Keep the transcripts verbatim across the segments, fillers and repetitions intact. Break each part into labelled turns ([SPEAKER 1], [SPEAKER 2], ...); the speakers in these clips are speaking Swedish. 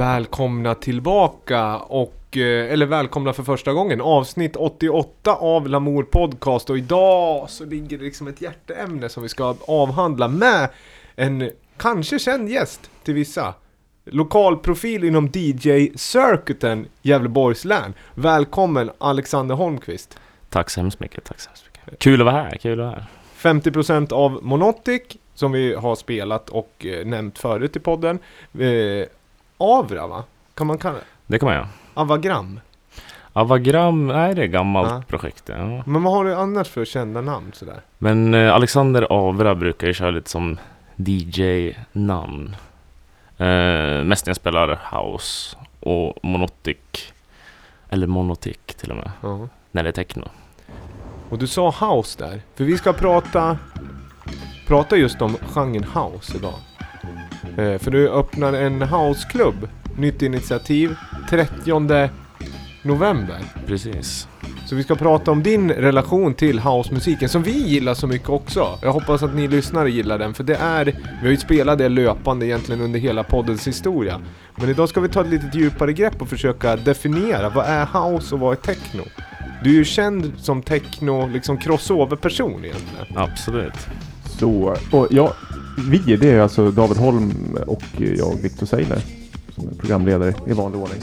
[SPEAKER 1] välkomna tillbaka och eller välkomna för första gången avsnitt åttioåtta av Lamour Podcast, och idag så ligger det liksom ett hjärteämne som vi ska avhandla med en kanske känd gäst till vissa, lokalprofil inom D J-circuiten Gävleborgs län. Välkommen Alexander Holmqvist.
[SPEAKER 2] Tack så hemskt mycket, tack så hemskt mycket. Kul att vara här, kul att vara här.
[SPEAKER 1] femtio procent av Monotic som vi har spelat och eh, nämnt förut i podden. Eh, Avra, va? Kan man kalla det?
[SPEAKER 2] Det kan man göra.
[SPEAKER 1] Avagram.
[SPEAKER 2] Avagram, nej, det är ett gammalt
[SPEAKER 1] ja.
[SPEAKER 2] projekt. Ja.
[SPEAKER 1] Men vad har du annars för kända namn sådär?
[SPEAKER 2] Men eh, Alexander Avra brukar ju köra lite som D J-namn. Eh, mest när jag spelar house och Monotic. Eller Monotic till och med.
[SPEAKER 1] Ja.
[SPEAKER 2] När det är techno.
[SPEAKER 1] Och du sa house där. För vi ska prata prata just om genren house idag. Eh, för du öppnar en houseklubb. Nytt initiativ. trettionde november.
[SPEAKER 2] Precis.
[SPEAKER 1] Så vi ska prata om din relation till housemusiken som vi gillar så mycket också. Jag hoppas att ni lyssnare gillar den. För det är, vi har ju spelat det löpande egentligen under hela poddens historia. Men idag ska vi ta ett lite djupare grepp och försöka definiera vad är house och vad är techno. Du är ju känd som techno, liksom crossover-person egentligen.
[SPEAKER 2] Absolut.
[SPEAKER 3] Så, och ja, vi, det är alltså David Holm och jag, Victor Seiner, som är programledare i vanlig ordning.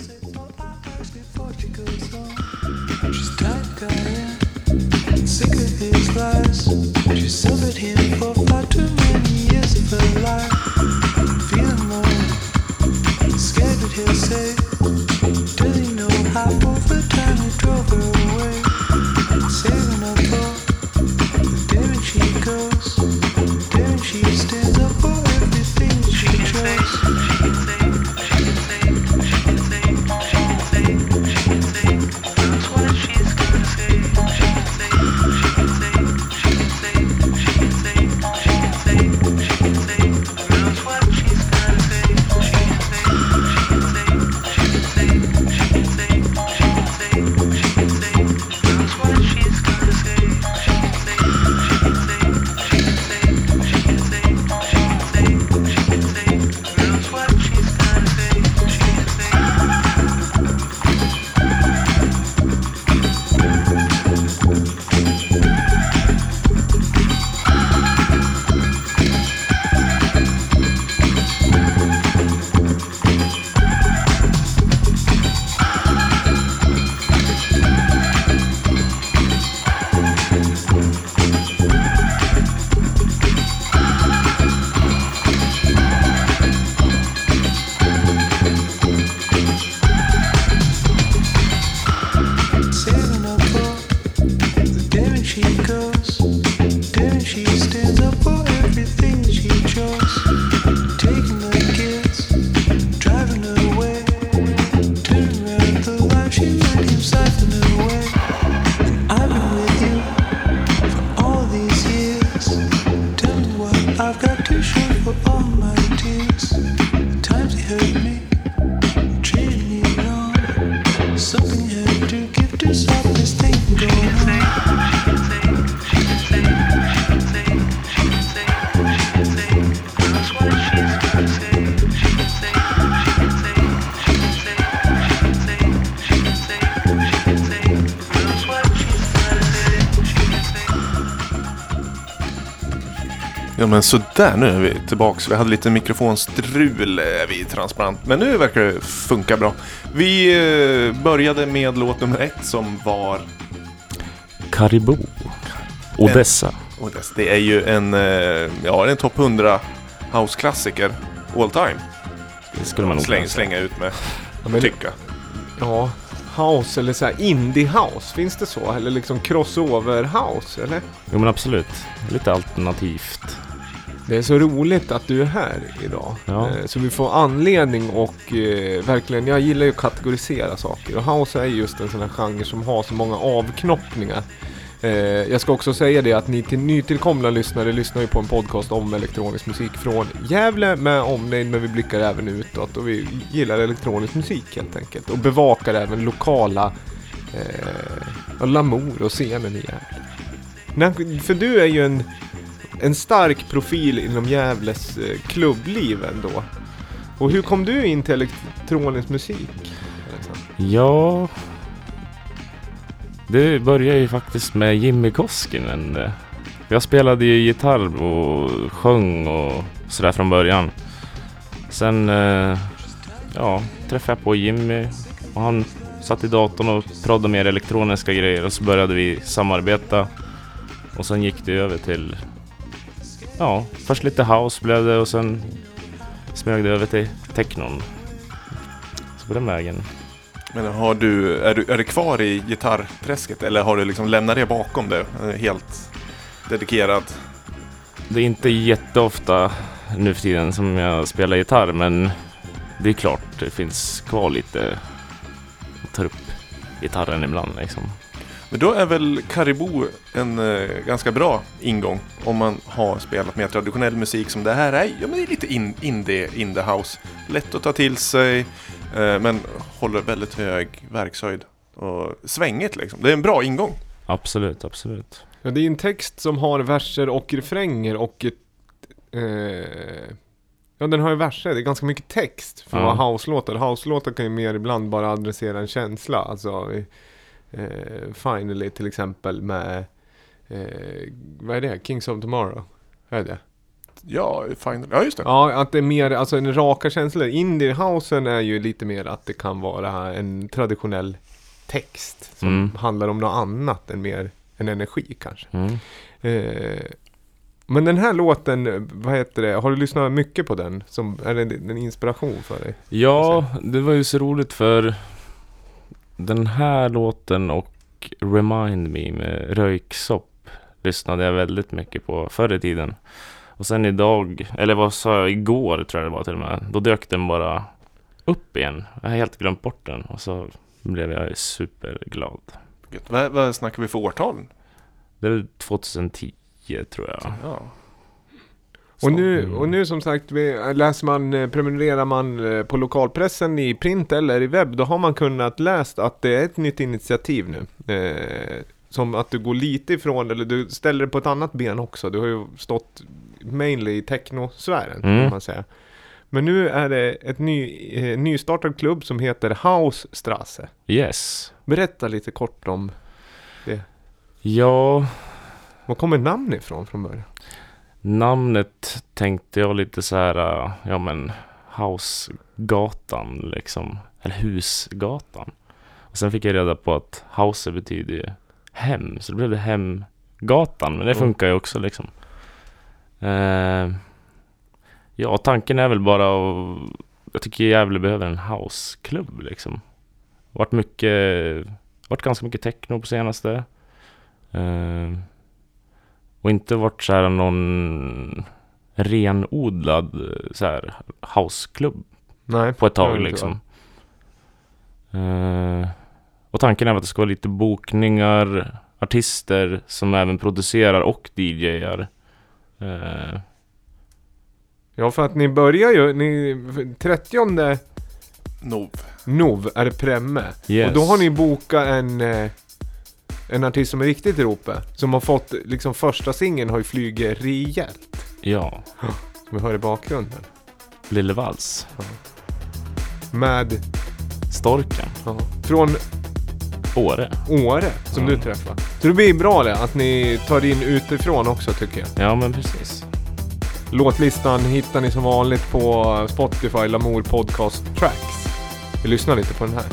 [SPEAKER 4] Ja, men så där, nu är vi tillbaka. Vi hade lite mikrofonstrul vid transparent, men nu verkar det funka bra. Vi började med låt nummer ett som var
[SPEAKER 2] Caribou. Odessa.
[SPEAKER 4] En, Odessa. Det är ju en, ja, en topp hundra house-klassiker all time.
[SPEAKER 2] Det skulle man nog
[SPEAKER 4] Släng, slänga ut med
[SPEAKER 1] ja, men,
[SPEAKER 4] tycka.
[SPEAKER 1] Ja, house eller så här indie house, finns det så? Eller liksom crossover house, eller?
[SPEAKER 2] Jo, men absolut. Lite alternativt.
[SPEAKER 1] Det är så roligt att du är här idag.
[SPEAKER 2] Ja.
[SPEAKER 1] Eh, så vi får anledning och eh, verkligen, jag gillar ju att kategorisera saker. Och house är just en sån här genre som har så många avknoppningar. Eh, jag ska också säga det att ni till nytillkomna lyssnare lyssnar ju på en podcast om elektronisk musik från Gävle med omnejd, men vi blickar även utåt och vi gillar elektronisk musik helt enkelt. Och bevakar även lokala eh, Lamour och scenen i Gävle. Nej, för du är ju en en stark profil inom Gävles eh, klubbliv ändå. Och hur kom du in till elektronisk musik?
[SPEAKER 2] Ja, det började ju faktiskt med Jimmy Koskinen. Jag spelade ju gitarr och sjöng och sådär från början. Sen ja, träffade jag på Jimmy och han satt i datorn och pratade mer elektroniska grejer och så började vi samarbeta. Och sen gick det över till, ja, först lite house blev det och sen smög det över till technon. Så på den vägen.
[SPEAKER 4] Men har du, är du är du kvar i gitarrträsket eller har du liksom lämnat det bakom det? Helt dedikerad?
[SPEAKER 2] Det är inte jätteofta nu för tiden som jag spelar gitarr, men det är klart det finns kvar lite att ta upp gitarren ibland liksom.
[SPEAKER 4] Men då är väl Caribou en eh, ganska bra ingång om man har spelat mer traditionell musik som det här är. Ja, men det är lite in, indie, indie house. Lätt att ta till sig, eh, men håller väldigt hög verkshöjd och svängigt liksom. Det är en bra ingång.
[SPEAKER 2] Absolut, absolut.
[SPEAKER 1] Ja, det är en text som har verser och refränger och ett, eh, ja, den har ju verser. Det är ganska mycket text för att
[SPEAKER 2] Ja.
[SPEAKER 1] vara house-låtar. House-låtar kan ju mer ibland bara adressera en känsla. Alltså eh, Finally till exempel med eh, vad är det? Kings of Tomorrow. Vad är det?
[SPEAKER 4] Ja, fine. Ja, just det.
[SPEAKER 1] Ja, att det är mer, alltså en raka känslor. Indie-housen är ju lite mer att det kan vara en traditionell text som
[SPEAKER 2] Mm.
[SPEAKER 1] handlar om något annat än mer en energi kanske.
[SPEAKER 2] Mm.
[SPEAKER 1] Eh, men den här låten, vad heter det? Har du lyssnat mycket på den? Som, är det en inspiration för dig?
[SPEAKER 2] Ja, det var ju så roligt för den här låten och Remind Me med Röyksopp lyssnade jag väldigt mycket på förr i tiden. Och sen idag, eller vad sa jag, igår tror jag det var till och med, då dök den bara upp igen. Jag har helt glömt bort den och så blev jag superglad.
[SPEAKER 4] Vad, vad snackar vi för årtal?
[SPEAKER 2] Det är tjugohundratio tror jag.
[SPEAKER 4] Ja.
[SPEAKER 1] Och nu, och nu som sagt, vi- läser man, eh, prenumererar man eh, på lokalpressen i print eller i webb, då har man kunnat läsa att det är ett nytt initiativ nu. Eh, som att du går lite ifrån, eller du ställer det på ett annat ben också. Du har ju stått mainly i technosfären,
[SPEAKER 2] Mm.
[SPEAKER 1] kan man säga. Men nu är det ett ny, eh, nystartad klubb som heter Hausstrasse.
[SPEAKER 2] Yes.
[SPEAKER 1] Berätta lite kort om det.
[SPEAKER 2] Ja,
[SPEAKER 1] Var kommer namn ifrån från början?
[SPEAKER 2] namnet tänkte jag lite så här, äh, ja men Housegatan liksom, eller Husgatan. Och sen fick jag reda på att house betyder ju hem, så då blev det Hemgatan, men det
[SPEAKER 1] Mm.
[SPEAKER 2] funkar ju också liksom. Eh, ja, tanken är väl bara att, jag tycker Gävle behöver en houseklubb liksom. Vart mycket, vart ganska mycket techno på senaste. Eh, och inte varit så här någon renodlad så här houseklubb
[SPEAKER 1] Nej,
[SPEAKER 2] på ett
[SPEAKER 1] det har
[SPEAKER 2] tag
[SPEAKER 1] det inte
[SPEAKER 2] liksom. Eh, och tanken är att det ska vara lite bokningar, artister som även producerar och D J:ar. Eh,
[SPEAKER 1] Ja, för att ni börjar ju, ni, trettionde
[SPEAKER 4] Nov.
[SPEAKER 1] Nov är det premme.
[SPEAKER 2] yes.
[SPEAKER 1] Och då har ni bokat en, eh, en artist som är riktigt i ropet. Som har fått, liksom första singeln har ju flugit rejält.
[SPEAKER 2] Ja,
[SPEAKER 1] Som vi hör i bakgrunden.
[SPEAKER 2] Lille Vals,
[SPEAKER 1] Med,
[SPEAKER 2] Storken,
[SPEAKER 1] ja, från
[SPEAKER 2] Åre.
[SPEAKER 1] Åre som
[SPEAKER 2] Mm.
[SPEAKER 1] du träffar. Så det blir bra det, att ni tar in utifrån också tycker jag.
[SPEAKER 2] Ja, men precis.
[SPEAKER 1] Låtlistan hittar ni som vanligt på Spotify, Lamour Podcast Tracks. Vi lyssnar lite på den här.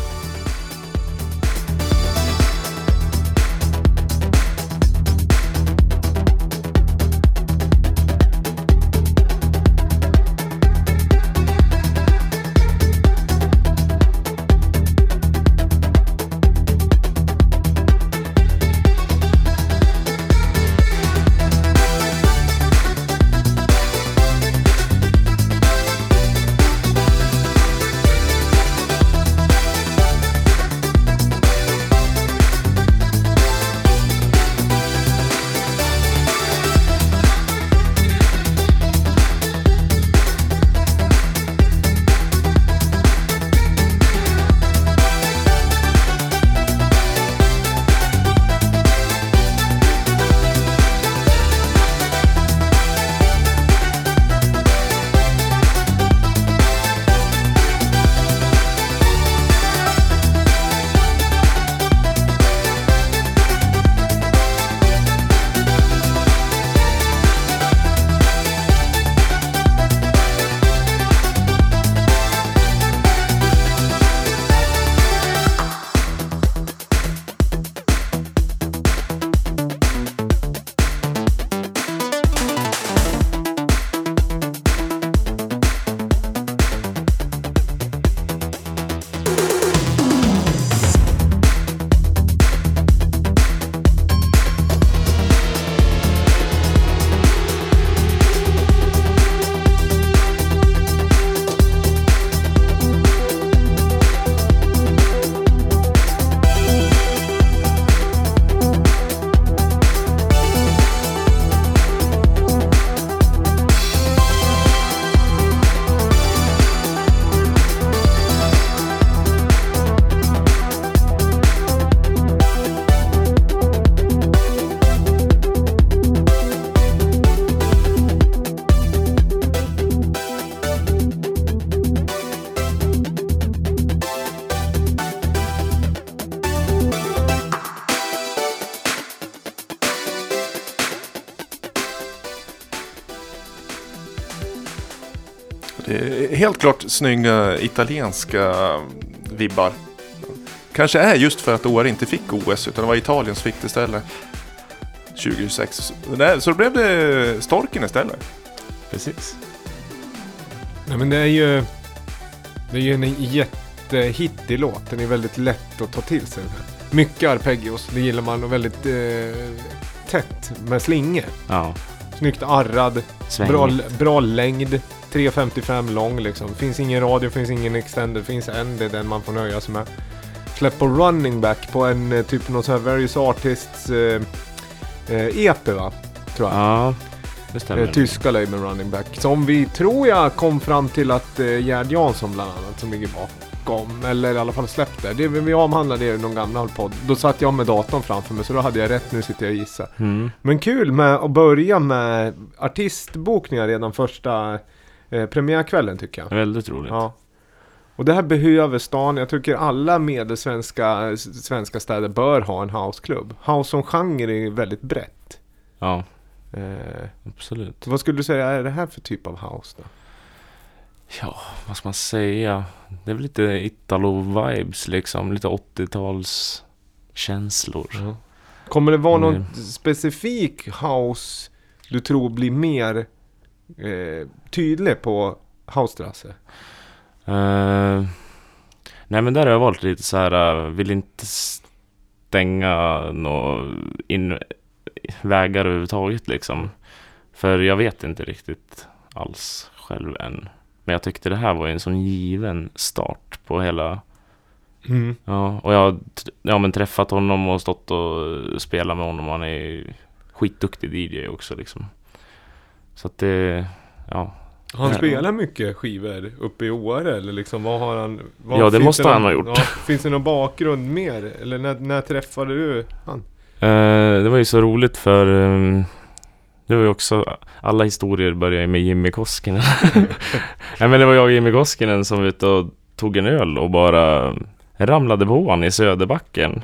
[SPEAKER 4] Det är helt klart snygga italienska vibbar. Kanske är just för att Åre inte fick O S utan det var Italien som fick det istället. tjugohundrasex. Så då blev det Storken istället.
[SPEAKER 2] Precis.
[SPEAKER 1] Nej, men det är ju det är ju en jättehittig låt. Den är väldigt lätt att ta till sig. Mycket arpeggios, det gillar man, och väldigt eh, tätt med slingor.
[SPEAKER 2] Ja.
[SPEAKER 1] Snyggt arrad,
[SPEAKER 2] Svängigt.
[SPEAKER 1] bra, bra längd, tre femtiofem lång liksom. Finns ingen radio, finns ingen extender, finns en, det är den man får nöja sig med. Släpp på Running Back på en eh, typ någon sån här Various Artists eh, eh, E P, va? Tror jag.
[SPEAKER 2] Ja, det stämmer.
[SPEAKER 1] Eh, tyska label Running Back. Som vi tror jag kom fram till att eh, Gerd Jansson bland annat som ligger bakom. Eller i alla fall släppte. Det vi avhandlade det i någon gamla podd. Då satt jag med datorn framför mig så då hade jag rätt, nu sitter jag och gissar.
[SPEAKER 2] Mm.
[SPEAKER 1] Men kul med att börja med artistbokningar redan första eh, premiärkvällen tycker jag.
[SPEAKER 2] Väldigt roligt.
[SPEAKER 1] Ja. Och det här behöver stan. Jag tycker alla medelsvenska svenska städer bör ha en houseklubb. House som genre är väldigt brett.
[SPEAKER 2] Ja,
[SPEAKER 1] Eh,
[SPEAKER 2] absolut.
[SPEAKER 1] vad skulle du säga är det här för typ av house då?
[SPEAKER 2] Ja, vad ska man säga? Det är väl lite Italo-vibes liksom. Lite åttio-tals känslor.
[SPEAKER 1] Mm. Kommer det vara någon
[SPEAKER 2] Mm.
[SPEAKER 1] specifik house du tror blir mer eh, tydlig på Housestrasse?
[SPEAKER 2] Uh, nej, men där har jag valt lite så här. Uh, vill inte stänga några in vägar överhuvudtaget liksom. För jag vet inte riktigt alls själv än. Men jag tyckte det här var en sån given start på hela.
[SPEAKER 1] Mm.
[SPEAKER 2] Ja, och jag har t- ja, men träffat honom och stått och spelat med honom. Han är skitduktig D J också liksom. Så att det, ja.
[SPEAKER 1] Han
[SPEAKER 2] Ja.
[SPEAKER 1] spelar mycket skivor uppe i Åre eller liksom vad har han? Vad,
[SPEAKER 2] Ja, det
[SPEAKER 1] finns
[SPEAKER 2] måste
[SPEAKER 1] någon,
[SPEAKER 2] han ha gjort.
[SPEAKER 1] Ja, finns det någon bakgrund mer? Eller när, när träffade du han?
[SPEAKER 2] Eh, det var ju så roligt för um, det var ju också, alla historier började med Jimmy Koskinen. Ja, men det var jag och Jimmy Koskinen som var ute och tog en öl och bara ramlade på han i Söderbacken.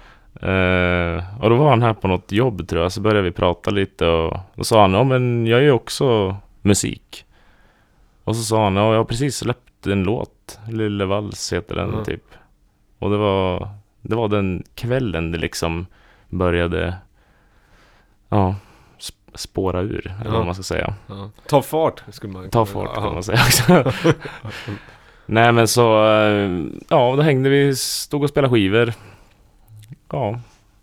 [SPEAKER 2] Eh, och då var han här på något jobb tror jag, så började vi prata lite och då sa han, ja men jag är ju också musik. Och så sa han, ja jag har precis släppt en låt, Lille Vals heter den
[SPEAKER 1] Mm.
[SPEAKER 2] typ. Och det var, det var den kvällen det liksom började ja, sp- spåra ur, eller
[SPEAKER 1] Ja.
[SPEAKER 2] vad man ska säga.
[SPEAKER 1] Ja. Ta fart skulle man
[SPEAKER 2] Ta fart
[SPEAKER 1] Ja.
[SPEAKER 2] kan man säga också. Nej men så, eh, ja då hängde vi, stod och spelade skivor. Ja,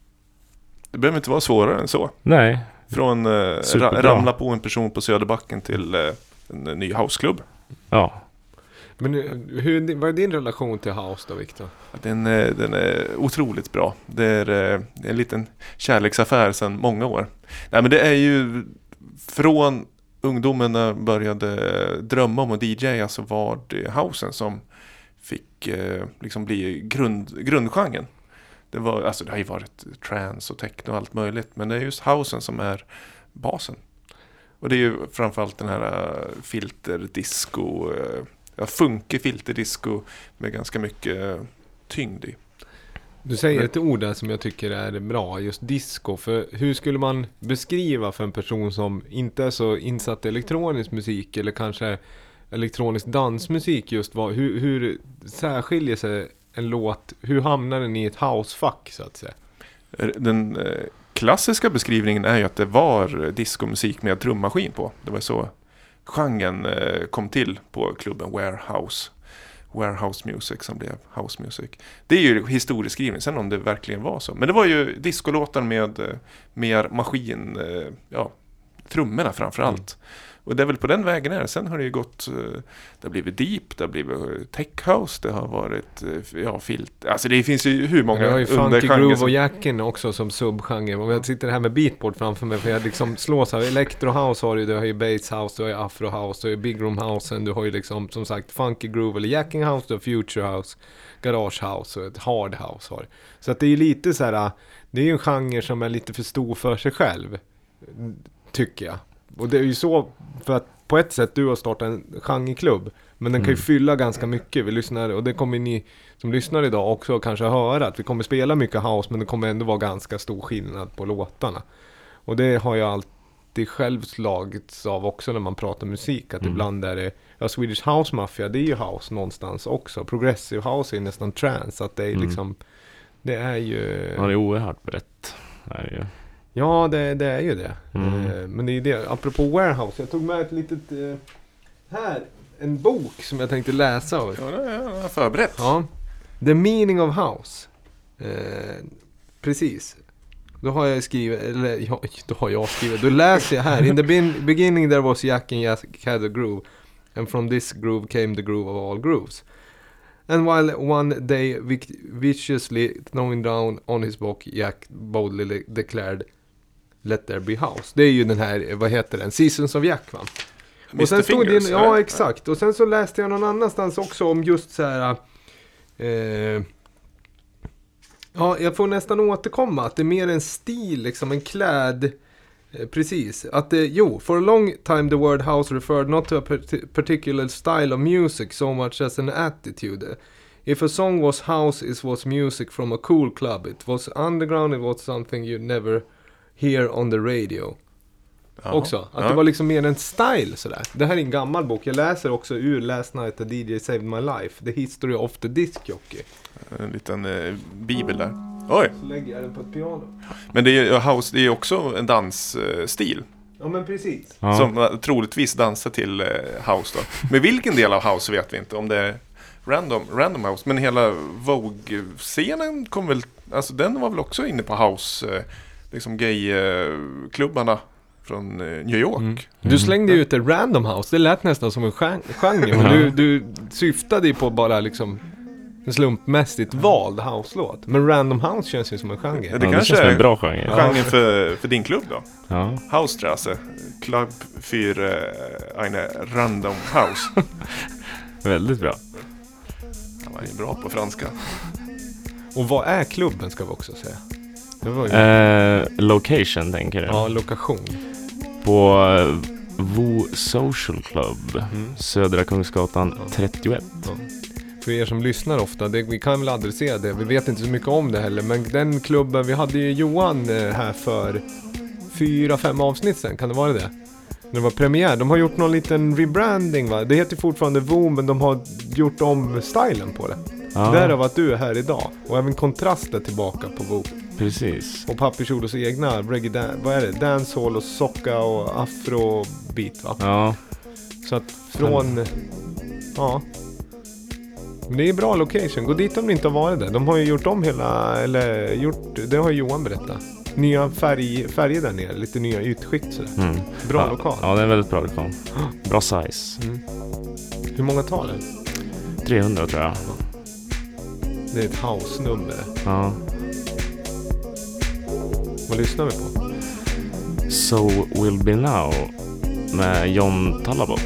[SPEAKER 4] Det behöver inte vara svårare än så.
[SPEAKER 2] nej.
[SPEAKER 4] Från eh, ra-
[SPEAKER 2] Superbra.
[SPEAKER 4] ramla på en person på Söderbacken till eh, en ny houseklubb.
[SPEAKER 2] Ja.
[SPEAKER 1] Men hur, vad är din relation till house då, Victor?
[SPEAKER 4] Den, eh, den är otroligt bra. Det är eh, en liten kärleksaffär sedan många år. Nej, men det är ju från ungdomen när jag började drömma om att D J, så var det housen som fick eh, liksom bli grund, grundgenren. Det, var, alltså det har ju varit trance och techno och allt möjligt, men det är just housen som är basen. Och det är ju framförallt den här uh, filterdisco, uh, ja, funkig filterdisco med ganska mycket uh, tyngd i.
[SPEAKER 1] Du säger ett ord där som jag tycker är bra, just disco. För hur skulle man beskriva för en person som inte är så insatt i elektronisk musik eller kanske elektronisk dansmusik just vad, hur, hur särskiljer sig en låt, hur hamnar den i ett housefack så att säga?
[SPEAKER 4] Den uh, klassiska beskrivningen är ju att det var diskomusik med trummaskin på. Det var så genren uh, kom till på klubben Warehouse. Warehouse Music som blev House Music. Det är ju historieskrivning, sen om det verkligen var så. Men det var ju discolåtar med eh, mer maskin, eh, ja, trummorna framförallt. Mm. Och det är väl på den vägen är. Sen har det ju gått, eh, det har blivit deep, det har blivit tech house, det har varit, eh, ja, filt. Alltså det finns ju hur många
[SPEAKER 1] jag har ju funky
[SPEAKER 4] undergenrer
[SPEAKER 1] groove
[SPEAKER 4] som...
[SPEAKER 1] och jackin också som subgenre. Och jag sitter här med beatboard framför mig för jag liksom slås av electro house har du, du har ju bass house, du har ju afro house, du har ju big room house, du har ju liksom som sagt funky groove eller jacking house, du har future house, garage house och ett hard house har. Så att det är ju lite så här, det är ju en genre som är lite för stor för sig själv, tycker jag. Och det är ju så för att på ett sätt du har startat en genreklubb, men den kan ju
[SPEAKER 2] Mm.
[SPEAKER 1] fylla ganska mycket. Vi lyssnar, och det kommer ni som lyssnar idag också kanske höra, att vi kommer spela mycket house, men det kommer ändå vara ganska stor skillnad på låtarna. Och det har jag all, alltid själv slagits av också när man pratar musik. Att
[SPEAKER 2] Mm.
[SPEAKER 1] ibland är det, ja, Swedish House Mafia, det är ju house någonstans också. Progressive House är nästan trance. Att det är
[SPEAKER 2] Mm.
[SPEAKER 1] liksom, det är ju...
[SPEAKER 2] Ja, det är oerhört brett. Det är ju.
[SPEAKER 1] Ja, det, det är ju det.
[SPEAKER 2] Mm.
[SPEAKER 1] Eh, men det är det. Apropå Warehouse, jag tog med ett litet... Eh, här, en bok som jag tänkte läsa av.
[SPEAKER 4] Ja, det är jag förberett.
[SPEAKER 1] Ja. The Meaning of House. Eh, precis. Då har jag skrivit, eller ja, då har jag skrivit, då läser jag här. In the bin, beginning there was Jack and Jack had a groove. And from this groove came the groove of all grooves. And while one day vic- viciously throwing down on his book, Jack boldly declared Let there be house. Det är ju den här, vad heter den? Seasons of Jack, va?
[SPEAKER 4] mister
[SPEAKER 1] Och sen stod det,
[SPEAKER 4] Fingers,
[SPEAKER 1] in- ja
[SPEAKER 4] eller?
[SPEAKER 1] exakt. Och sen så läste jag någon annanstans också om just så här. Eh, ja, jag får nästan återkomma att det är mer en stil, liksom en kläd. Eh, precis. Att det, jo, for a long time the word house referred not to a parti- particular style of music so much as an attitude. If a song was house, it was music from a cool club. It was underground, it was something you'd never hear on the radio.
[SPEAKER 4] Ja.
[SPEAKER 1] Också. Att
[SPEAKER 4] Ja.
[SPEAKER 1] det var liksom mer en style sådär. Det här är en gammal bok. Jag läser också ur Last Night a D J Saved My Life. The History of the Disc Jockey.
[SPEAKER 4] En liten eh, bibel där. Oj!
[SPEAKER 1] Så lägger jag den på ett piano.
[SPEAKER 4] Men det är ju house, det är också en dansstil.
[SPEAKER 1] Ja, men precis.
[SPEAKER 2] Ja.
[SPEAKER 4] Som eh, troligtvis dansar till eh, house då. Men vilken del av house vet vi inte. Om det är random, random house. Men hela Vogue-scenen kom väl, alltså den var väl också inne på house, eh, liksom gay-klubbarna från eh, New York.
[SPEAKER 1] Mm. Du slängde ju ut ett random house. Det lät nästan som en gen- genre. Men du, du syftade ju på bara liksom en slumpmässigt vald house-låt. Men random house känns ju som en genre.
[SPEAKER 4] Det
[SPEAKER 2] Ja, det
[SPEAKER 4] kanske
[SPEAKER 2] känns som
[SPEAKER 4] är
[SPEAKER 2] en bra genre.
[SPEAKER 1] Ja.
[SPEAKER 4] genren för, för din klubb då.
[SPEAKER 2] Ja.
[SPEAKER 4] Haustrasse. Club för uh, eine random house.
[SPEAKER 2] Väldigt bra.
[SPEAKER 4] Han var ju bra på franska.
[SPEAKER 1] Och vad är klubben, ska vi också säga? Det var ju...
[SPEAKER 2] Eh, location tänker du?
[SPEAKER 1] ja, lokation.
[SPEAKER 2] På eh, Vo Social Club,
[SPEAKER 1] Mm.
[SPEAKER 2] Södra Kungsgatan
[SPEAKER 1] Ja.
[SPEAKER 2] trettioett.
[SPEAKER 1] Ja. För er som lyssnar ofta, det, vi kan väl adressera det. Vi vet inte så mycket om det heller. Men den klubben, vi hade ju Johan eh, här för fyra, fem avsnitt sen. Kan det vara det? När det var premiär. De har gjort någon liten rebranding, va? Det heter fortfarande Vo, men de har gjort om stylen på det.
[SPEAKER 2] Ja,
[SPEAKER 1] Därav att du är här idag. Och även kontraster tillbaka på Vo.
[SPEAKER 2] precis.
[SPEAKER 1] Och Pappirshodos egna reggae dan- vad är det? Dancehall och socka och afrobeat, va?
[SPEAKER 2] Ja,
[SPEAKER 1] Så att från... Ja. Men det är bra location. Gå dit om ni inte har varit där. De har ju gjort om hela... Eller gjort... Det har Johan berättat. Nya färg, färger där nere. Lite nya ytskikt sådär.
[SPEAKER 2] mm.
[SPEAKER 1] Bra
[SPEAKER 2] ja,
[SPEAKER 1] lokal.
[SPEAKER 2] Ja, det är en väldigt bra lokal. Bra size.
[SPEAKER 1] Mm. Hur många tar det?
[SPEAKER 2] trehundra tror jag.
[SPEAKER 1] Det är ett house-nummer.
[SPEAKER 2] Ja.
[SPEAKER 1] Vad lyssnar vi på?
[SPEAKER 2] So Will Be Now med John Talabot.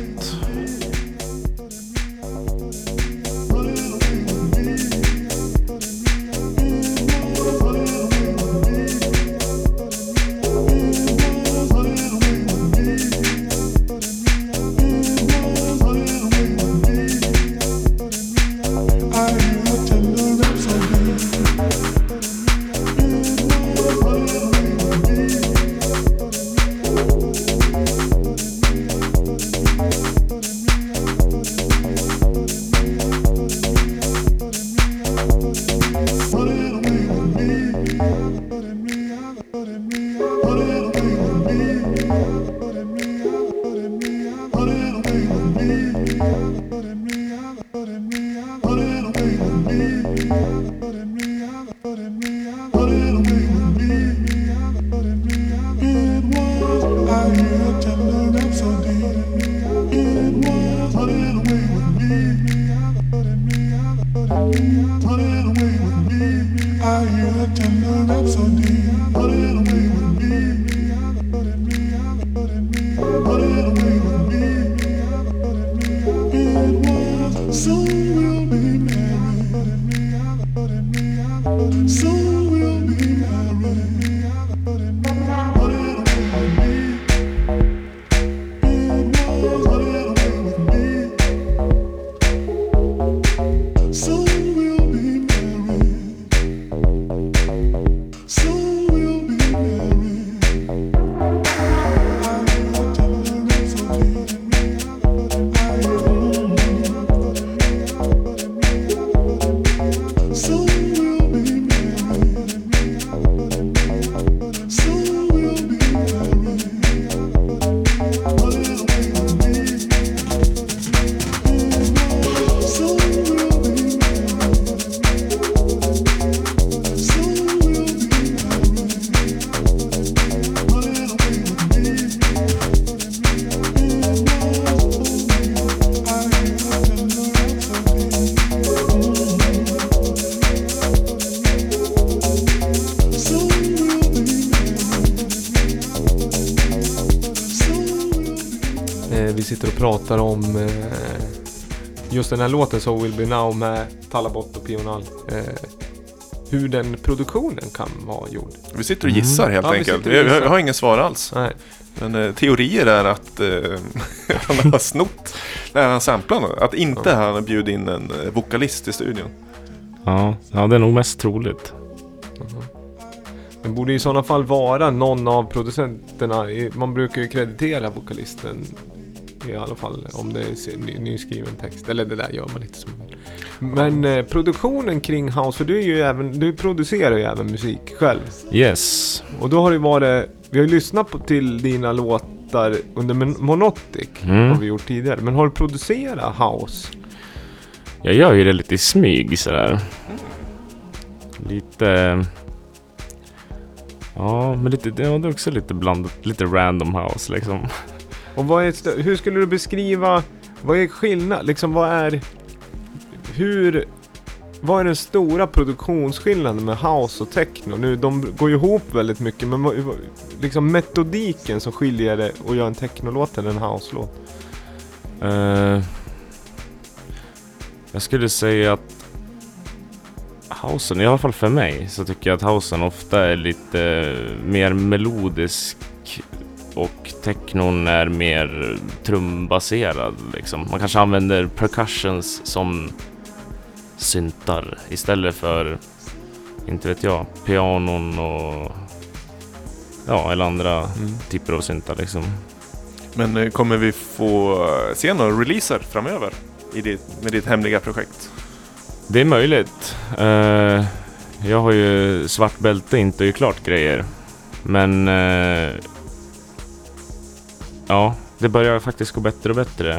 [SPEAKER 5] Soon we'll
[SPEAKER 1] vi sitter och pratar om eh, just den här låten So Will Be Now med Talabot och Pional. Eh, hur den produktionen kan vara gjord.
[SPEAKER 4] Vi sitter och gissar helt
[SPEAKER 1] Ja, vi
[SPEAKER 4] enkelt.
[SPEAKER 1] sitter och
[SPEAKER 4] Vi,
[SPEAKER 1] gissar.
[SPEAKER 4] vi har ingen svar alls.
[SPEAKER 1] Nej.
[SPEAKER 4] Men eh, teorier är att eh, han har snott, nej, han samplar att inte
[SPEAKER 1] Ja.
[SPEAKER 4] han har bjudit in en eh, vokalist i studion.
[SPEAKER 2] Ja, ja, det är nog mest troligt.
[SPEAKER 1] Det borde i sådana fall vara någon av producenterna. I- Man brukar ju kreditera vokalisten i alla fall om det är se- ny, nyskriven text. Eller det där gör man lite som man vill. Men eh, produktionen kring house, för du, är ju även, du producerar ju även musik själv.
[SPEAKER 2] Yes.
[SPEAKER 1] Och då har det varit, vi har ju lyssnat på, till dina låtar under Mon- Monotic,
[SPEAKER 2] Mm.
[SPEAKER 1] har vi gjort tidigare. Men har du producerat house?
[SPEAKER 2] Jag gör ju det lite i smyg sådär. Lite... Ja, men lite, det är också lite blandat, lite random house liksom.
[SPEAKER 1] Och vad är, st- hur skulle du beskriva, vad är skillnad, liksom vad är, hur, vad är den stora produktionsskillnaden med house och techno? Nu, de går ju ihop väldigt mycket, men vad, vad- liksom metodiken som skiljer det och gör en technolåt eller en house-låt.
[SPEAKER 2] Uh, jag skulle säga att housen, i alla fall för mig, så tycker jag att housen ofta är lite mer melodisk och technon är mer trumbaserad liksom. Man kanske använder percussions som syntar istället för, inte vet jag, pianon och ja, eller andra
[SPEAKER 1] Mm.
[SPEAKER 2] typer av syntar liksom.
[SPEAKER 4] Men eh, kommer vi få eh, se några releaser framöver i ditt, med ditt hemliga projekt?
[SPEAKER 2] Det är möjligt. Uh, jag har ju svart bälte, inte gjort klart grejer. Men uh, ja, det börjar faktiskt gå bättre och bättre.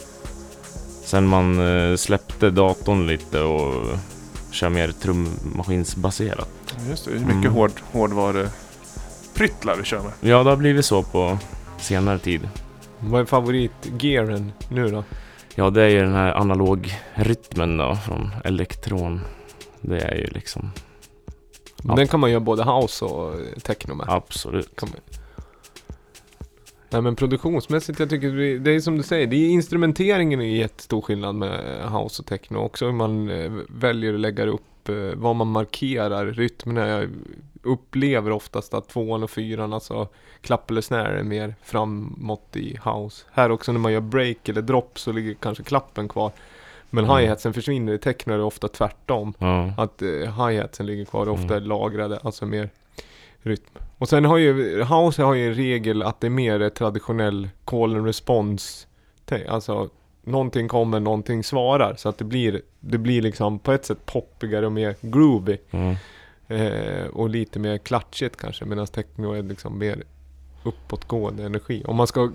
[SPEAKER 2] Sen man uh, släppte datorn lite och kör mer trummaskinsbaserat.
[SPEAKER 4] Just det, det är mycket
[SPEAKER 2] Mm.
[SPEAKER 4] hård, hårdvarupryttlar vi kör med.
[SPEAKER 2] Ja, det har blivit så på senare tid.
[SPEAKER 1] Vad är favoritgearen nu då?
[SPEAKER 2] Ja, det är ju den här analogrytmen då från elektron. Det är ju liksom Ja.
[SPEAKER 1] Den kan man göra både house och techno med.
[SPEAKER 2] absolut.
[SPEAKER 1] Kan man... Nej, men produktionsmässigt, jag tycker det- det är som du säger, det är instrumenteringen är jättestor skillnad med house och techno också. Hur man eh, väljer att lägga upp, eh, vad man markerar, rytmerna. Jag upplever oftast att tvåan och fyran, alltså klapp eller snare, är mer framåt i house. Här också när man gör break eller drop så ligger kanske klappen kvar. Men
[SPEAKER 2] Mm.
[SPEAKER 1] hi-hatsen försvinner, i techno är det ofta tvärtom.
[SPEAKER 2] Ja.
[SPEAKER 1] Att eh, hi-hatsen ligger kvar, det är ofta
[SPEAKER 2] Mm.
[SPEAKER 1] lagrade, alltså mer rytm. Och sen har ju house har ju en regel att det är mer ett traditionell call and response. te- Alltså någonting kommer, någonting svarar. Så att det blir, det blir liksom på ett sätt poppigare och mer groovy.
[SPEAKER 2] Mm.
[SPEAKER 1] Eh, och lite mer klatschigt kanske. Medan techno är liksom mer uppåtgående energi. Om man ska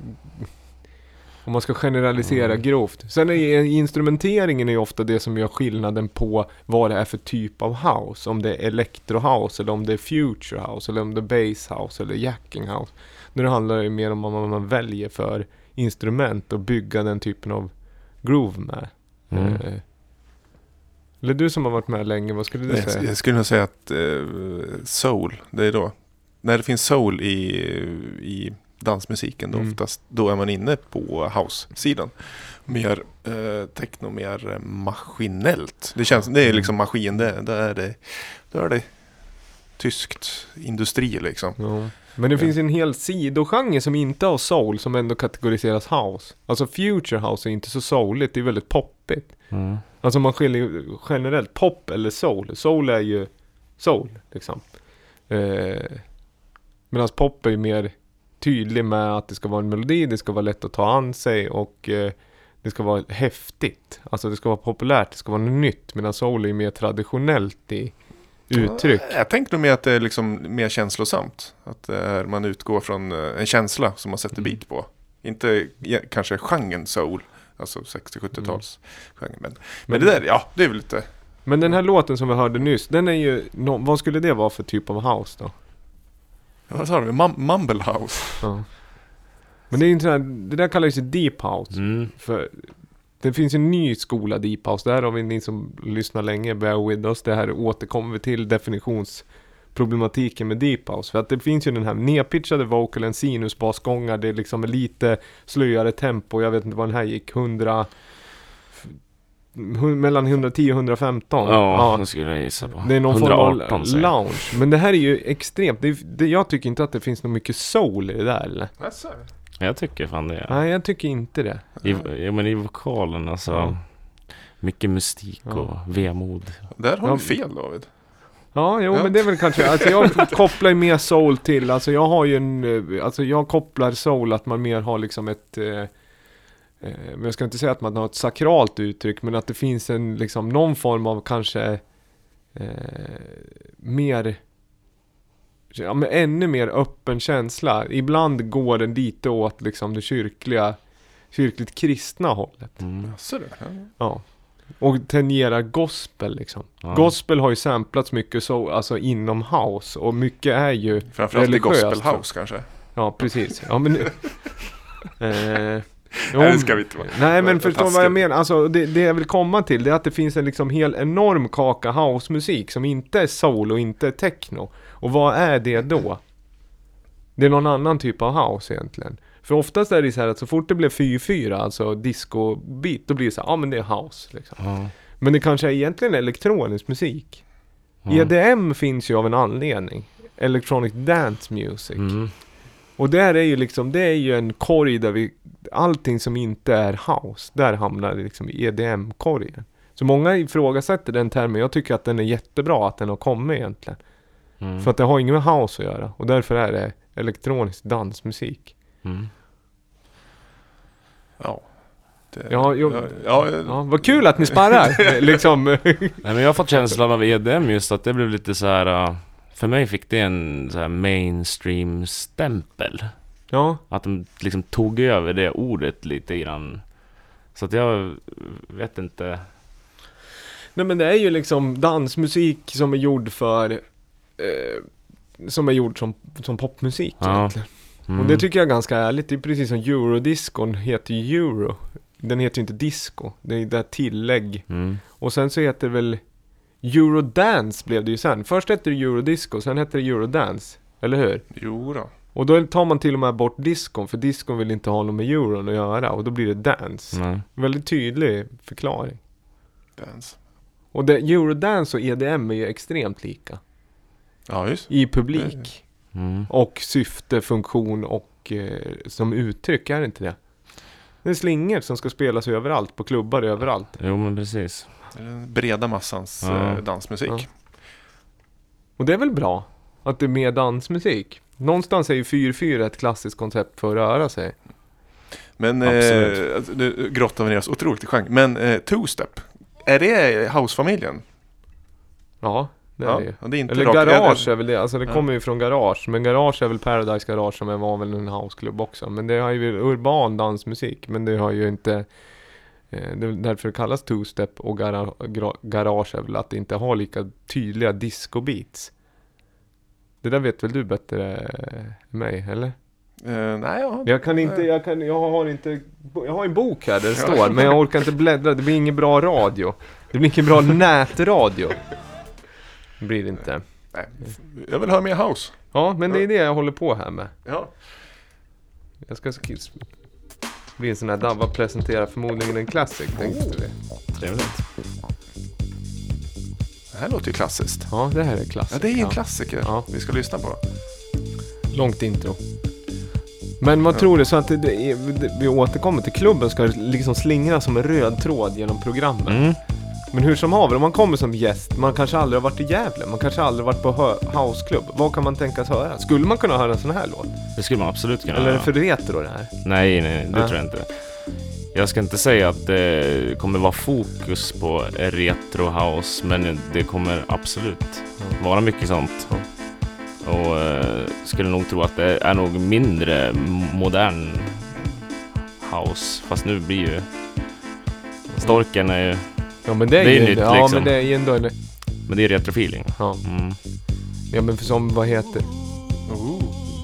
[SPEAKER 1] Om man ska generalisera
[SPEAKER 2] Mm.
[SPEAKER 1] grovt. Sen är ju- instrumenteringen är ju ofta det som gör skillnaden på vad det är för typ av house. Om det är electro house eller om det är future house eller om det är bass house eller jacking house. Nu handlar det mer om vad man väljer för instrument och bygga den typen av groove med.
[SPEAKER 2] Mm.
[SPEAKER 1] Eh, eller du som har varit med länge, vad skulle du
[SPEAKER 4] Jag,
[SPEAKER 1] säga?
[SPEAKER 4] jag skulle nog säga att eh, soul, det är då. När det finns soul i, i dansmusiken då
[SPEAKER 1] Mm.
[SPEAKER 4] oftast, då är man inne på house-sidan. Mer eh, techno, mer eh, maskinellt. Det känns, det är liksom maskin, det, det är det, då är det tyskt industri liksom.
[SPEAKER 1] Ja. Men det
[SPEAKER 4] Ja.
[SPEAKER 1] finns en hel sidogenre som inte har soul som ändå kategoriseras house. Alltså future house är inte så souligt, det är väldigt poppigt.
[SPEAKER 2] Mm.
[SPEAKER 1] Alltså man skiljer generellt pop eller soul. Soul är ju soul liksom. Eh, Medan pop är ju mer tydlig med att det ska vara en melodi, det ska vara lätt att ta an sig och eh, det ska vara häftigt. Alltså det ska vara populärt, det ska vara något nytt. Medan soul är ju mer traditionellt i uttryck.
[SPEAKER 4] Jag tänkte nog mer att det är liksom mer känslosamt. Att det är, man utgår från eh, en känsla som man sätter bit på. Inte ja, kanske genren soul, alltså sextio-sjuttio-tals genre. Men, men det där, ja, det är väl lite...
[SPEAKER 1] Men den här låten som vi hörde nyss, den är ju, no, vad skulle det vara för typ av house då?
[SPEAKER 4] Vad sa du? Mum- Mumble house?
[SPEAKER 1] Ja. Men det är ju inte sån här, det där kallas ju deep house.
[SPEAKER 2] Mm.
[SPEAKER 1] För det finns en ny skola deep house. Det här har vi, ni som lyssnar länge, bear with us. Det här återkommer vi till, problematiken med deep house. För att det finns ju den här nedpitchade vocalen, sinusbasgångar, det är liksom lite slöjare tempo. Jag vet inte vad den här gick, hundra mellan hundratio och hundrafemton.
[SPEAKER 2] Ja, ja, det skulle jag gissa på.
[SPEAKER 1] Det är någon
[SPEAKER 2] hundraarton,
[SPEAKER 1] form av lounge. Men det här är ju extremt. Det, det, jag tycker inte att det finns något mycket soul i det där, eller?
[SPEAKER 4] Alltså.
[SPEAKER 2] Jag tycker fan det.
[SPEAKER 1] Nej, jag tycker inte det.
[SPEAKER 2] I, ja, men i vokalen alltså.
[SPEAKER 1] Ja.
[SPEAKER 2] Mycket mystik
[SPEAKER 1] Ja.
[SPEAKER 2] och vemod.
[SPEAKER 4] Där har
[SPEAKER 1] Ja.
[SPEAKER 4] du fel, David.
[SPEAKER 1] Ja, jo,
[SPEAKER 4] Ja.
[SPEAKER 1] men det är väl kanske, alltså jag kopplar ju mer soul till, alltså jag har ju en, eh, alltså jag kopplar soul att man mer har liksom ett, eh, eh, men jag ska inte säga att man har ett sakralt uttryck, men att det finns en, liksom någon form av kanske eh, mer, ja men ännu mer öppen känsla. Ibland går den lite åt liksom det kyrkliga, kyrkligt kristna hållet.
[SPEAKER 2] Mm.
[SPEAKER 4] Alltså det. Ja.
[SPEAKER 1] Ja. Och tangerar gospel liksom.
[SPEAKER 2] Ja.
[SPEAKER 1] Gospel har ju samplats mycket så, alltså inom house. Och mycket är ju
[SPEAKER 4] Framförallt i
[SPEAKER 1] religiöst.
[SPEAKER 4] gospel house kanske.
[SPEAKER 1] Ja, precis. Ja, men nu... eh, jo,
[SPEAKER 4] Nej, det ska vi inte vara.
[SPEAKER 1] Nej, men
[SPEAKER 4] Vad
[SPEAKER 1] förstå vad
[SPEAKER 4] taskigt.
[SPEAKER 1] jag menar. Alltså, det, det jag vill komma till, det är att det finns en liksom hel enorm kaka housemusik som inte är soul och inte är techno. Och vad är det då? Det är någon annan typ av house egentligen. För oftast är det så här att så fort det blir fyra fyra, alltså disco-beat, då blir det så här, ja men det är house liksom.
[SPEAKER 2] Ja.
[SPEAKER 1] Men det kanske är egentligen elektronisk musik.
[SPEAKER 2] Ja.
[SPEAKER 1] E D M finns ju av en anledning. Electronic Dance Music.
[SPEAKER 2] Mm.
[SPEAKER 1] Och där är ju liksom, det är ju en korg där vi, allting som inte är house, där hamnar det liksom i E D M-korgen. Så många ifrågasätter den termen. Jag tycker att den är jättebra att den har kommit egentligen.
[SPEAKER 2] Mm.
[SPEAKER 1] För att det har inget med house att göra. Och därför är det elektronisk dansmusik.
[SPEAKER 2] Mm.
[SPEAKER 4] Ja. Det,
[SPEAKER 1] Ja, jo,
[SPEAKER 4] ja, ja,
[SPEAKER 1] ja, vad kul att ni sparrar. liksom.
[SPEAKER 2] Nej, men jag har fått känslan av E D M just att det blev lite så här. uh, För mig fick det en så här mainstream-stämpel.
[SPEAKER 1] Ja,
[SPEAKER 2] Att de liksom tog över det ordet lite grann. Så att jag vet inte.
[SPEAKER 1] nej men det är ju liksom dansmusik som är gjord för eh, som är gjord som, som popmusik
[SPEAKER 2] Ja.
[SPEAKER 1] egentligen.
[SPEAKER 2] Mm.
[SPEAKER 1] Och det tycker jag är ganska ärligt. Det är precis som eurodiscon heter ju euro. Den heter ju inte disco. Det är där tillägg.
[SPEAKER 2] Mm.
[SPEAKER 1] Och sen så heter det väl Eurodance blev det ju sen. Först hette det eurodisco, sen hette det eurodance. Eller hur?
[SPEAKER 4] Jo då.
[SPEAKER 1] Och då tar man till och med bort discon, för discon vill inte ha något med euron att göra. Och då blir det dance.
[SPEAKER 2] Nej.
[SPEAKER 1] Väldigt tydlig förklaring.
[SPEAKER 4] Dance.
[SPEAKER 1] Och det, eurodance och E D M är ju extremt lika.
[SPEAKER 4] Ja, just.
[SPEAKER 1] I publik.
[SPEAKER 2] Mm.
[SPEAKER 1] Och syfte, funktion och eh, som uttryck, är det inte det? Det är slingor som ska spelas överallt, på klubbar överallt.
[SPEAKER 2] Jo, men precis.
[SPEAKER 4] Den breda massans
[SPEAKER 2] Ja.
[SPEAKER 4] eh, dansmusik.
[SPEAKER 1] Ja. Och det är väl bra att det är mer dansmusik. Någonstans är ju fyra fyra ett klassiskt koncept för att röra sig.
[SPEAKER 4] Men
[SPEAKER 2] Absolut.
[SPEAKER 4] eh, alltså, det grottar vi ner oss otroligt i genre. Men eh, two-step, är det housefamiljen?
[SPEAKER 1] Ja, det är
[SPEAKER 4] Ja,
[SPEAKER 1] det ju.
[SPEAKER 4] och det är inte
[SPEAKER 1] Eller
[SPEAKER 4] rakt-
[SPEAKER 1] garage
[SPEAKER 4] är
[SPEAKER 1] är väl det. Alltså det
[SPEAKER 4] Ja.
[SPEAKER 1] kommer ju från garage. Men garage är väl Paradise Garage, som var väl en houseklubb också. Men det har ju urban dansmusik. Men det har ju inte... Eh, det är därför det kallas two-step och gara, gra, garage är väl att det inte har lika tydliga disco-beats. Det där vet väl du bättre än mig, eller?
[SPEAKER 4] Eh, nej, ja.
[SPEAKER 1] Jag kan inte, jag kan, jag har inte, jag har en bok här där det står, men jag orkar inte bläddra, det blir ingen bra radio. Det blir ingen bra nätradio. Det blir det inte.
[SPEAKER 4] Nej. Jag vill höra mer house.
[SPEAKER 1] Ja, men det är det jag håller på här med.
[SPEAKER 4] Ja.
[SPEAKER 1] Jag ska skiss. Det blir en sån här Davva presenterar förmodligen en classic, tänkte vi.
[SPEAKER 2] Trevligt.
[SPEAKER 4] Det här låter ju klassiskt.
[SPEAKER 1] Ja, det här är klassisk.
[SPEAKER 4] Ja, det är ju en klassiker
[SPEAKER 1] Ja.
[SPEAKER 4] vi ska lyssna på.
[SPEAKER 1] Långt intro. Men vad tror du, så att det, det, är- det, vi återkommer till klubben, ska det liksom slingra som en röd tråd genom programmet.
[SPEAKER 2] Mm.
[SPEAKER 1] Men hur som haver, om man kommer som gäst, man kanske aldrig har varit i Gävle, man kanske aldrig varit på hö- houseklubb. Vad kan man tänkas höra? Skulle man kunna höra en sån här låt?
[SPEAKER 2] Det skulle man absolut kunna
[SPEAKER 1] Eller är det
[SPEAKER 2] göra.
[SPEAKER 1] för retro det här?
[SPEAKER 2] Nej, nej, det
[SPEAKER 1] Ja.
[SPEAKER 2] tror jag inte. Jag ska inte säga att det kommer vara fokus på retro house, men det kommer absolut vara mycket sånt.
[SPEAKER 1] Ja.
[SPEAKER 2] Och eh, skulle nog tro att det är nog mindre modern house, fast nu blir ju Storken är ju,
[SPEAKER 1] Ja, men det är,
[SPEAKER 2] Det är
[SPEAKER 1] ju
[SPEAKER 2] nytt,
[SPEAKER 1] ja,
[SPEAKER 2] liksom.
[SPEAKER 1] men det är ju ändå en,
[SPEAKER 2] men det är retrofeeling.
[SPEAKER 1] ja.
[SPEAKER 2] Mm.
[SPEAKER 1] Ja, men för som, vad heter
[SPEAKER 4] Oh.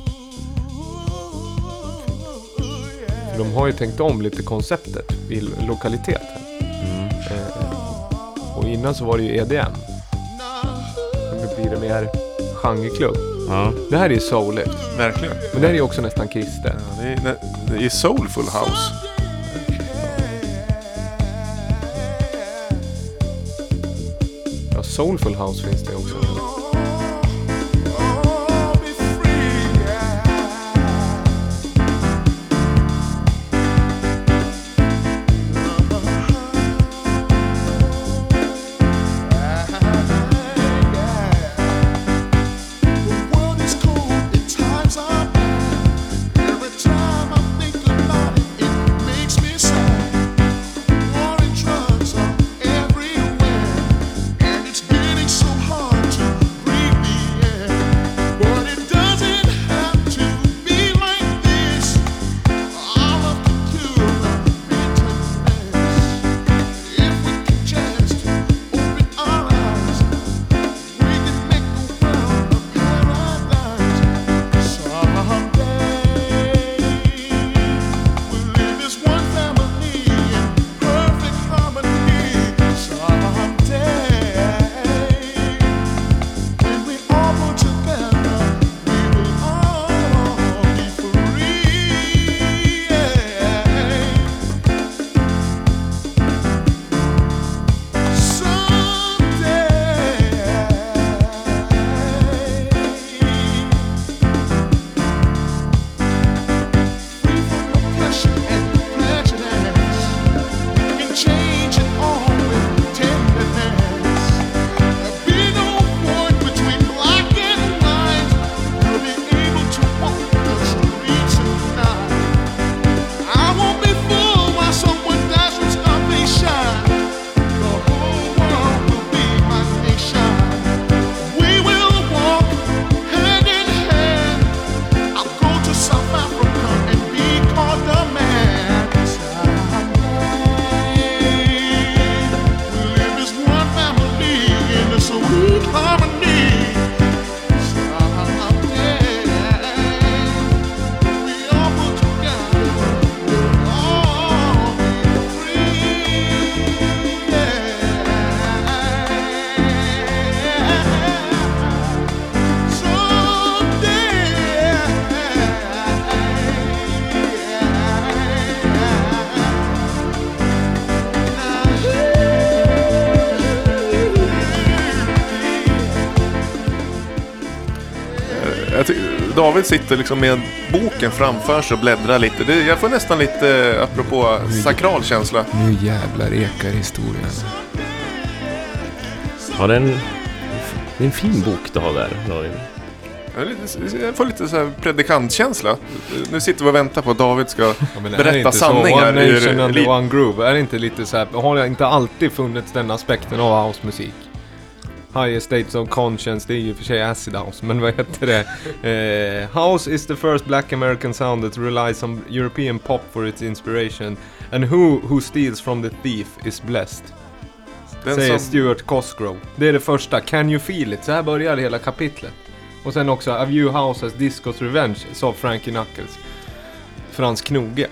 [SPEAKER 1] för de har ju tänkt om lite konceptet i lo- lokaliteten.
[SPEAKER 2] Mm.
[SPEAKER 1] Eh, och innan så var det ju E D M. Nu blir det mer genreklubb.
[SPEAKER 2] Ja.
[SPEAKER 1] Det här är souligt.
[SPEAKER 4] Verkligen.
[SPEAKER 1] Men det här är också nästan kristet.
[SPEAKER 4] Ja, det, är, det är soulful house.
[SPEAKER 1] Ja, soulful house finns det också.
[SPEAKER 4] David sitter liksom med boken framför sig och bläddrar lite. Det, jag får nästan lite, apropå sakral känsla.
[SPEAKER 1] Nu jävlar ekar historien.
[SPEAKER 2] Ja, det är en, det är en fin bok du har där, David.
[SPEAKER 4] Jag får lite så här predikantkänsla. Nu sitter vi och väntar på att David ska
[SPEAKER 1] ja,
[SPEAKER 4] berätta sanningar.
[SPEAKER 1] One Nation under One Groove. Är det inte lite så här, har det inte alltid funnits den aspekten av housemusik? Higher States of Conscience, det är ju för sig acid house, men vad heter det? Eh, house is the first black American sound that relies on European pop for its inspiration, and who who steals from the thief is blessed. Den säger som... Stuart Cosgrove. Det är det första. Can you feel it? Så här börjar hela kapitlet. Och sen också A View House as Disco's Revenge, sa Frankie Knuckles. Frans Knoge.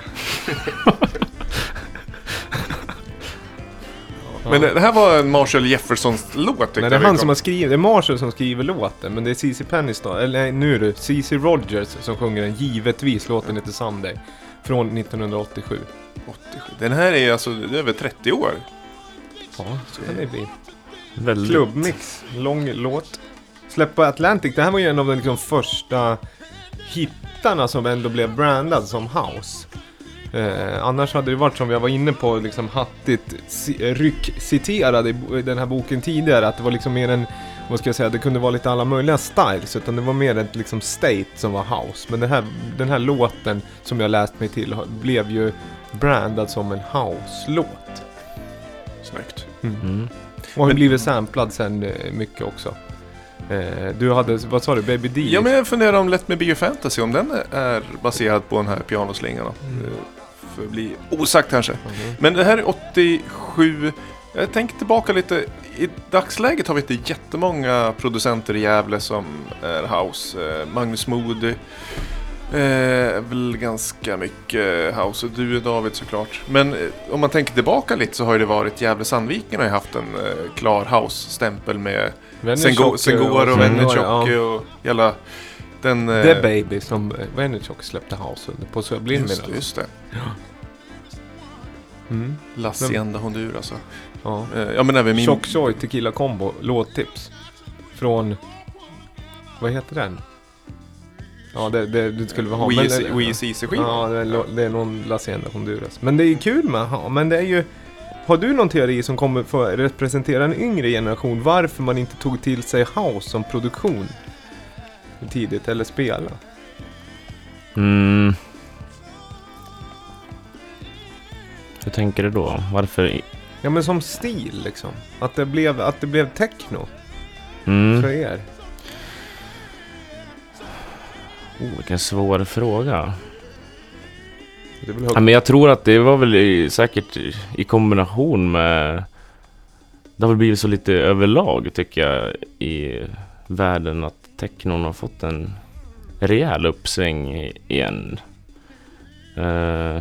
[SPEAKER 4] Men det här var en Marshall Jeffersons låt.
[SPEAKER 1] Nej, det är han som har skrivit, det är Marshall som skriver låten, men det är C C Pennis då, eller nu är det C C Rogers som sjunger den, givetvis, låten heter Sunday från nittonhundraåttiosju.
[SPEAKER 4] åttiosju. Den här är alltså över trettio år.
[SPEAKER 1] Ja, så kan det bli.
[SPEAKER 2] Väldigt.
[SPEAKER 1] Klubbmix, lång låt. Släpp på Atlantic, det här var ju en av de liksom första hittarna som ändå blev brandad som house. Eh, annars hade det varit som jag var inne på liksom hattigt si- ryck-citerade i den här boken tidigare, att det var liksom mer en, vad ska jag säga, det kunde vara lite alla möjliga styles, utan det var mer ett liksom state som var house. Men det här, den här låten som jag läst mig till blev ju brandad som en house-låt.
[SPEAKER 4] Snyggt.
[SPEAKER 1] Mm. Mm. Och har blivit samplad sen eh, mycket också. Eh, du hade, vad sa du, Baby D?
[SPEAKER 4] Ja, men jag funderar om Let Me Be Your Fantasy, om den är baserad på den här pianoslingan. Mm. För att bli osagt kanske. Mm. Men det här är åttiosju. Jag tänker tillbaka lite. I dagsläget har vi inte jättemånga producenter i Gävle som är house. Magnus Moody, Eh, väl ganska mycket house. Och du är David såklart. Men eh, om man tänker tillbaka lite så har ju det varit Gävle-Sandviken har ju haft en eh, klar house-stämpel med Sengo- Sengoar och Vennechock och hela den... Eh,
[SPEAKER 1] The Baby som Vennechock släppte house under på Sublime.
[SPEAKER 4] Just det, just det.
[SPEAKER 1] Ja. Mm.
[SPEAKER 4] La Hacienda Honduras.
[SPEAKER 1] Ja.
[SPEAKER 4] Eh, ja, men även min...
[SPEAKER 1] Chock Choy Tequila Combo, låttips. Från... Vad heter den? Ja, det, det, det skulle vi ha.
[SPEAKER 4] We is Easy-skivan.
[SPEAKER 1] Ja, det är, det är någon La Hacienda Honduras. Men det är ju kul med ha. Men det är ju... Har du någon teori som kommer för att representera en yngre generation? Varför man inte tog till sig house som produktion tidigt eller spela?
[SPEAKER 2] Mm. Hur tänker du då? Varför?
[SPEAKER 1] Ja, men som stil liksom. Att det blev, att det blev techno
[SPEAKER 2] Mm.
[SPEAKER 1] för er.
[SPEAKER 2] Oh, vilken svår fråga.
[SPEAKER 1] Det är väl
[SPEAKER 2] Ja,
[SPEAKER 1] högt.
[SPEAKER 2] men jag tror att det var väl i, säkert i, i kombination med... Det har väl blivit så lite överlag tycker jag i världen att technon har fått en rejäl uppsving i- igen. Uh,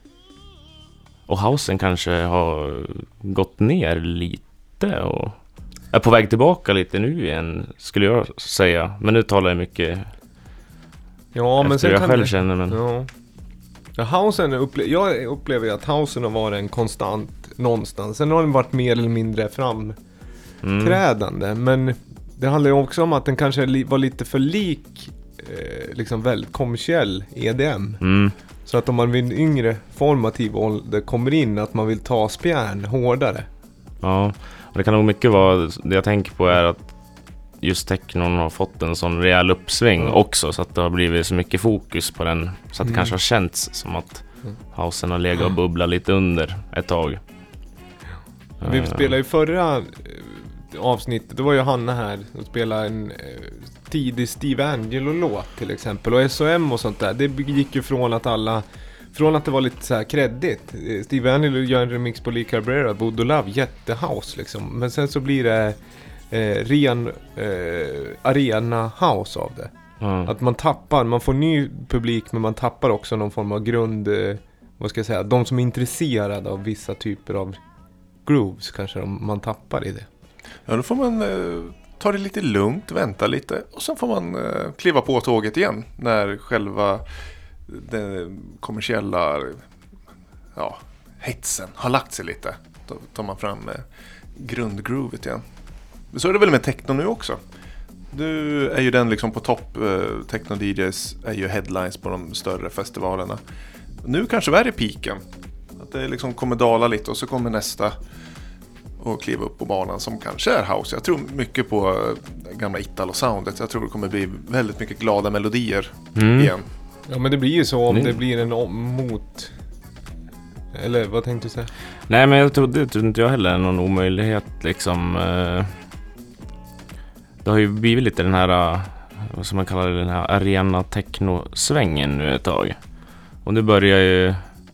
[SPEAKER 2] och housen kanske har gått ner lite och är på väg tillbaka lite nu igen skulle jag säga. Men nu talar jag mycket
[SPEAKER 1] Ja, men
[SPEAKER 2] efter
[SPEAKER 1] sen
[SPEAKER 2] jag
[SPEAKER 1] kan
[SPEAKER 2] själv
[SPEAKER 1] det...
[SPEAKER 2] känner. Men...
[SPEAKER 1] Ja. Ja, housen upple- jag upplever ju att housen har varit en konstant någonstans. Sen har den varit mer eller mindre framträdande.
[SPEAKER 2] Mm.
[SPEAKER 1] Men det handlar ju också om att den kanske li- var lite för lik eh, liksom väldigt kommersiell E D M.
[SPEAKER 2] Mm.
[SPEAKER 1] Så att om man vid en yngre formativ ålder kommer in att man vill ta spjärn hårdare.
[SPEAKER 2] Ja, och det kan nog mycket vara, det jag tänker på är att just technon har fått en sån rejäl uppsving
[SPEAKER 1] Mm.
[SPEAKER 2] också så att det har blivit så mycket fokus på den så att det
[SPEAKER 1] Mm.
[SPEAKER 2] kanske har känts som att
[SPEAKER 1] Mm.
[SPEAKER 2] housen har legat och bubblat lite under ett tag.
[SPEAKER 1] Vi
[SPEAKER 2] Eh,
[SPEAKER 1] spelade ju förra eh, avsnittet, då var ju Hanna här och spelade en eh, tidig Steve Angelo-låt till exempel. Och S O M och sånt där, det gick ju från att alla, från att det var lite så här kreddigt. Eh, Steve Angelo gör en remix på Lee Cabrera, Voodoo Love, jättehouse liksom. Men sen så blir det eh, ren eh, arena house av det.
[SPEAKER 2] ja.
[SPEAKER 1] Att man tappar, man får ny publik men man tappar också någon form av grund, eh, vad ska jag säga, de som är intresserade av vissa typer av grooves kanske de, man tappar i det.
[SPEAKER 4] Ja, då får man eh, ta det lite lugnt, vänta lite och sen får man eh, kliva på tåget igen när själva den kommersiella ja, hetsen har lagt sig lite. Då tar man fram eh, grundgroovet igen. Så är det väl med techno nu också. Du är ju den liksom på topp, eh, techno-D Js är ju headlines på de större festivalerna. Nu kanske värre piken. Att det liksom kommer dala lite och så kommer nästa och kliva upp på banan som kanske är house. Jag tror mycket på eh, gamla Italo-soundet. Jag tror det kommer bli väldigt mycket glada melodier
[SPEAKER 2] Mm.
[SPEAKER 4] igen.
[SPEAKER 1] Ja, men det blir ju så om
[SPEAKER 2] Mm.
[SPEAKER 1] det blir en om- mot... Eller vad tänkte du säga?
[SPEAKER 2] Nej, men jag tror, det tror inte jag heller är någon omöjlighet liksom. eh, Det har ju blivit lite den här, eh, vad ska man kalla det, den här arena techno-svängen nu ett tag. Och nu börjar ju,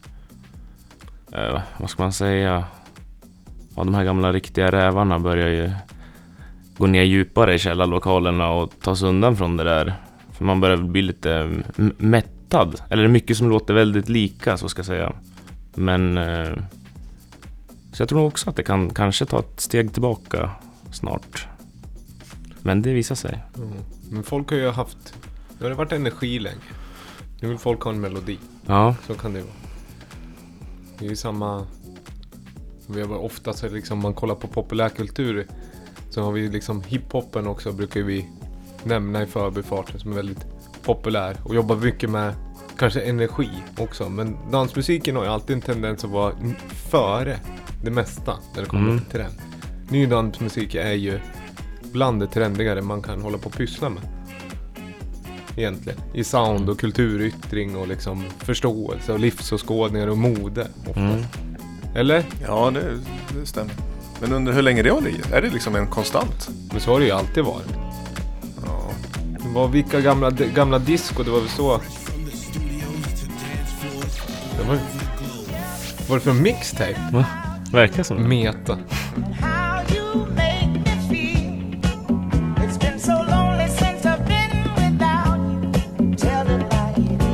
[SPEAKER 2] eh, vad ska man säga, ja, de här gamla riktiga rävarna börjar ju gå ner djupare i källarlokalerna och ta sig undan från det där. För man börjar bli lite m- mättad. Eller det är mycket som låter väldigt lika, så ska jag säga. Men eh, så jag tror också att det kan kanske ta ett steg tillbaka snart. Men det visar sig.
[SPEAKER 1] Mm. Men folk har ju haft... Nu har det varit energi länge. Nu vill folk ha en melodi.
[SPEAKER 2] Ja,
[SPEAKER 1] Så kan det vara. Det är ju samma... Vi har ofta så liksom man kollar på populärkultur så har vi liksom hiphopen också, brukar vi nämna i förbifarten, som är väldigt populär och jobbar mycket med kanske energi också. Men dansmusiken har ju alltid en tendens att vara n- före det mesta när det kommer
[SPEAKER 2] Mm.
[SPEAKER 1] till trend. Ny dansmusik är ju bland det trendigare man kan hålla på och pyssla med. Egentligen. I sound och kulturyttring och liksom förståelse och livsåskådningar och mode ofta.
[SPEAKER 2] mm.
[SPEAKER 1] Eller?
[SPEAKER 4] Ja, det, det stämmer. Men under hur länge det håller i? Är det liksom en konstant?
[SPEAKER 1] Men så har det ju alltid varit.
[SPEAKER 4] Ja.
[SPEAKER 1] Det var vilka gamla, gamla disco, det var väl så. Det var, var det för en mixtape?
[SPEAKER 2] Va? Verkar som det.
[SPEAKER 1] Meta.
[SPEAKER 5] How you make me feel. It's been so lonely since I've been without you. Tell it like it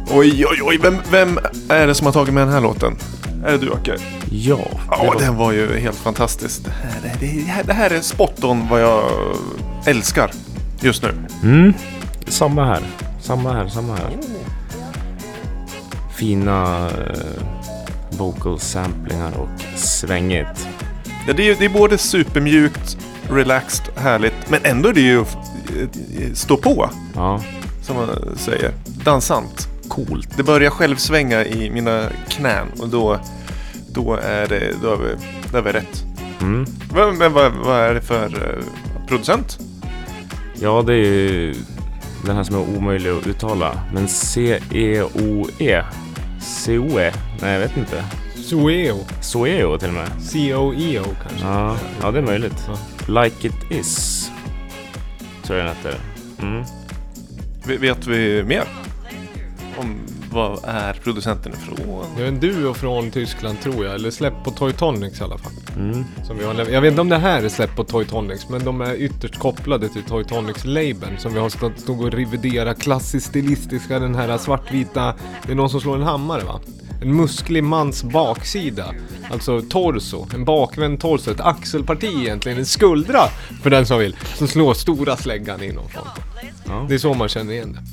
[SPEAKER 4] Oj, oj, oj. Vem, vem är det som har tagit med den här låten? Är det du, Åke?
[SPEAKER 2] Ja,
[SPEAKER 4] Ja,
[SPEAKER 2] det var-
[SPEAKER 4] den var ju helt fantastisk. Det här, är, det, här, det här är spot on vad jag älskar just nu.
[SPEAKER 2] Mm. Samma här. Samma här, samma här. Fina eh, vocal samplingar och svängigt.
[SPEAKER 4] Ja, det, är, det är både supermjukt, relaxed, härligt, men ändå det är ju eh, stå på,
[SPEAKER 2] Ja,
[SPEAKER 4] som man säger. Dansant.
[SPEAKER 2] coolt.
[SPEAKER 4] Det börjar själv svänga i mina knän och då, då är det då är vi, då är vi rätt.
[SPEAKER 2] Mm.
[SPEAKER 4] Men, men vad, vad är det för eh, producent?
[SPEAKER 2] Ja, det är ju den här som är omöjlig att uttala. Men C-E-O-E. C-O-E? Nej, jag vet inte.
[SPEAKER 1] Sueo.
[SPEAKER 2] Soeo till och med.
[SPEAKER 1] C-O-E-O kanske.
[SPEAKER 2] Ja, ja, det är möjligt.
[SPEAKER 1] Ja.
[SPEAKER 2] Like It Is, tror jag den heter. Mm.
[SPEAKER 4] V- Vet vi mer om vad är producenten ifrån?
[SPEAKER 1] Det är en duo från Tyskland tror jag. Eller släpp på Toy Tonics i alla fall.
[SPEAKER 2] Mm.
[SPEAKER 1] Som vi har lev- jag vet inte om det här är släpp på Toy Tonics, men de är ytterst kopplade till Toy Tonics-labeln som vi har stått stod och revidera klassiskt stilistiska, den här svartvita, det är någon som slår en hammare va? En musklig mans baksida, alltså torso, en bakvänd torso, ett axelparti egentligen, en skuldra för den som vill, som slår stora släggan i någon form.
[SPEAKER 2] Ja.
[SPEAKER 1] Det är så man känner igen det.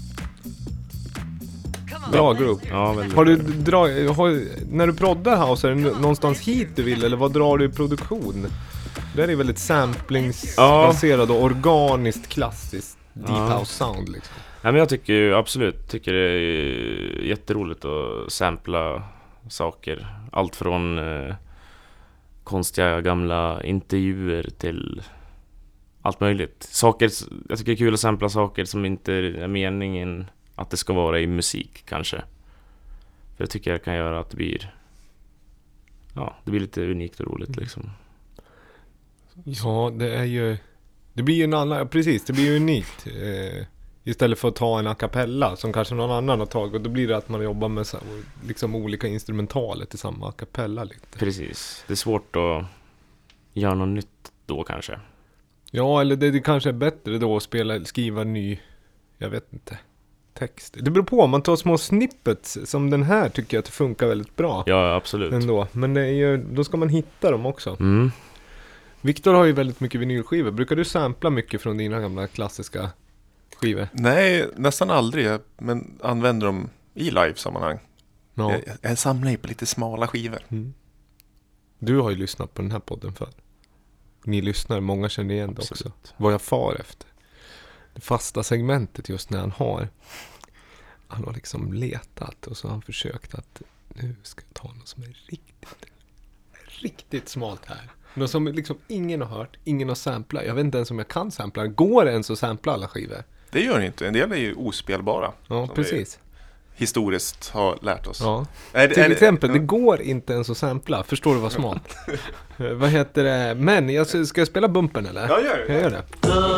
[SPEAKER 1] Bra grupp.
[SPEAKER 2] Ja, väldigt
[SPEAKER 1] Har du
[SPEAKER 2] bra.
[SPEAKER 1] dra, har, när du proddar house, är det någonstans hit du vill eller vad drar du i produktion? Det är väldigt samplingsbaserad och organiskt klassiskt deep
[SPEAKER 2] Ja.
[SPEAKER 1] house sound liksom.
[SPEAKER 2] Ja, men jag tycker ju absolut tycker det är jätteroligt att sampla saker. Allt från eh, konstiga gamla intervjuer till allt möjligt. Saker, jag tycker det är kul att sampla saker som inte är meningen att det ska vara i musik kanske. För jag tycker det kan göra att det blir ja, det blir lite unikt och roligt liksom.
[SPEAKER 1] Ja, det är ju det blir ju en annan, precis, det blir ju unikt. Eh, istället för att ta en a cappella som kanske någon annan har tagit, och då blir det att man jobbar med så, liksom olika instrumentaler till samma a cappella lite.
[SPEAKER 2] Precis. Det är svårt att göra något nytt då kanske.
[SPEAKER 1] Ja, eller det, det kanske är bättre då att spela, skriva ny, jag vet inte, text. Det beror på, om man tar små snippets som den här tycker jag att det funkar väldigt bra
[SPEAKER 2] Ja, absolut.
[SPEAKER 1] ändå. Men det är ju, då ska man hitta dem också.
[SPEAKER 2] Mm.
[SPEAKER 1] Viktor har ju väldigt mycket vinylskivor. Brukar du sampla mycket från dina gamla klassiska skivor?
[SPEAKER 4] Nej, nästan aldrig, men använder dem i live-sammanhang.
[SPEAKER 1] Ja.
[SPEAKER 4] Jag, jag samlar ju på lite smala skivor.
[SPEAKER 1] Mm. Du har ju lyssnat på den här podden för. Ni lyssnar, många känner igen det också.
[SPEAKER 2] Absolut.
[SPEAKER 1] Vad jag far efter. Det fasta segmentet just när han har han har liksom letat och så har han försökt att nu ska jag ta något som är riktigt riktigt smalt här. Något som liksom ingen har hört, ingen har samplat. Jag vet inte ens om jag kan sampla. Går det ens att sampla alla skivor?
[SPEAKER 4] Det gör det inte. En del är ju ospelbara.
[SPEAKER 1] Ja,
[SPEAKER 4] som
[SPEAKER 1] precis.
[SPEAKER 4] vi historiskt har lärt oss.
[SPEAKER 1] Ja.
[SPEAKER 4] Är det-
[SPEAKER 1] Till
[SPEAKER 4] är det-
[SPEAKER 1] exempel, det går inte ens att sampla. Förstår du vad smalt? Eh, vad heter det? Men, jag, ska jag spela bumpen eller?
[SPEAKER 4] Ja, gör det.
[SPEAKER 1] Jag gör det.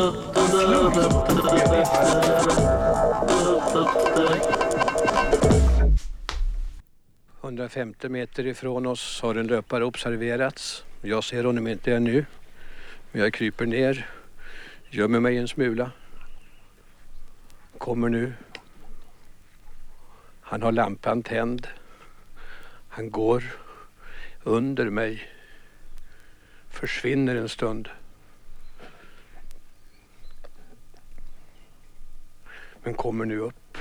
[SPEAKER 6] hundrafemtio meter ifrån oss har en löpare observerats. Jag ser honom inte ännu. Men jag kryper ner, gömmer mig en smula. Kommer nu. Han har lampan tänd. Han går under mig. Försvinner en stund. Men kommer nu upp.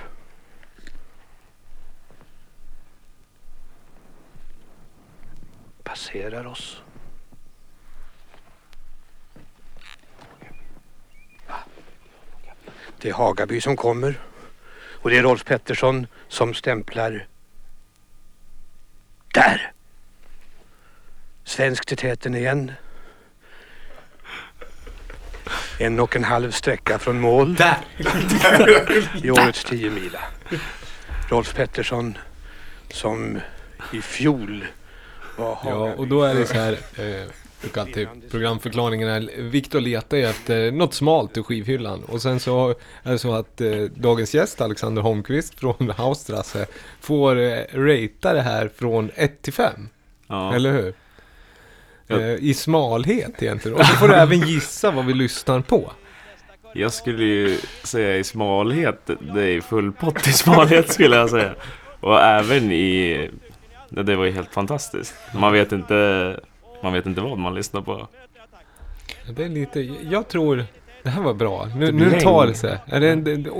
[SPEAKER 6] Passerar oss. Det är Hagaby som kommer. Och det är Rolf Pettersson som stämplar. Där! Svensk till täten igen. En och en halv sträcka från mål. Där! I årets tio mila. Rolf Pettersson som i fjol var
[SPEAKER 1] Ja,
[SPEAKER 6] Hagaby.
[SPEAKER 1] och då är det så här, eh, du kan alltid programförklaringen är, Viktor letar ju efter något smalt i skivhyllan. Och sen så är det så att eh, dagens gäst, Alexander Holmqvist från Haustrasse, får eh, ratea det här från ett till fem.
[SPEAKER 2] Ja.
[SPEAKER 1] Eller hur?
[SPEAKER 2] Ja.
[SPEAKER 1] Eh, I smalhet egentligen. Och så får du även gissa vad vi lyssnar på.
[SPEAKER 2] Jag skulle ju säga i smalhet, det är full pott i smalhet skulle jag säga. Och även i, det var ju helt fantastiskt. Man vet inte, man vet inte vad man lyssnar på.
[SPEAKER 1] Det är lite, jag tror det här var bra. Nu,
[SPEAKER 2] Det blir
[SPEAKER 1] nu tar det
[SPEAKER 2] häng.
[SPEAKER 1] sig. Är det en, en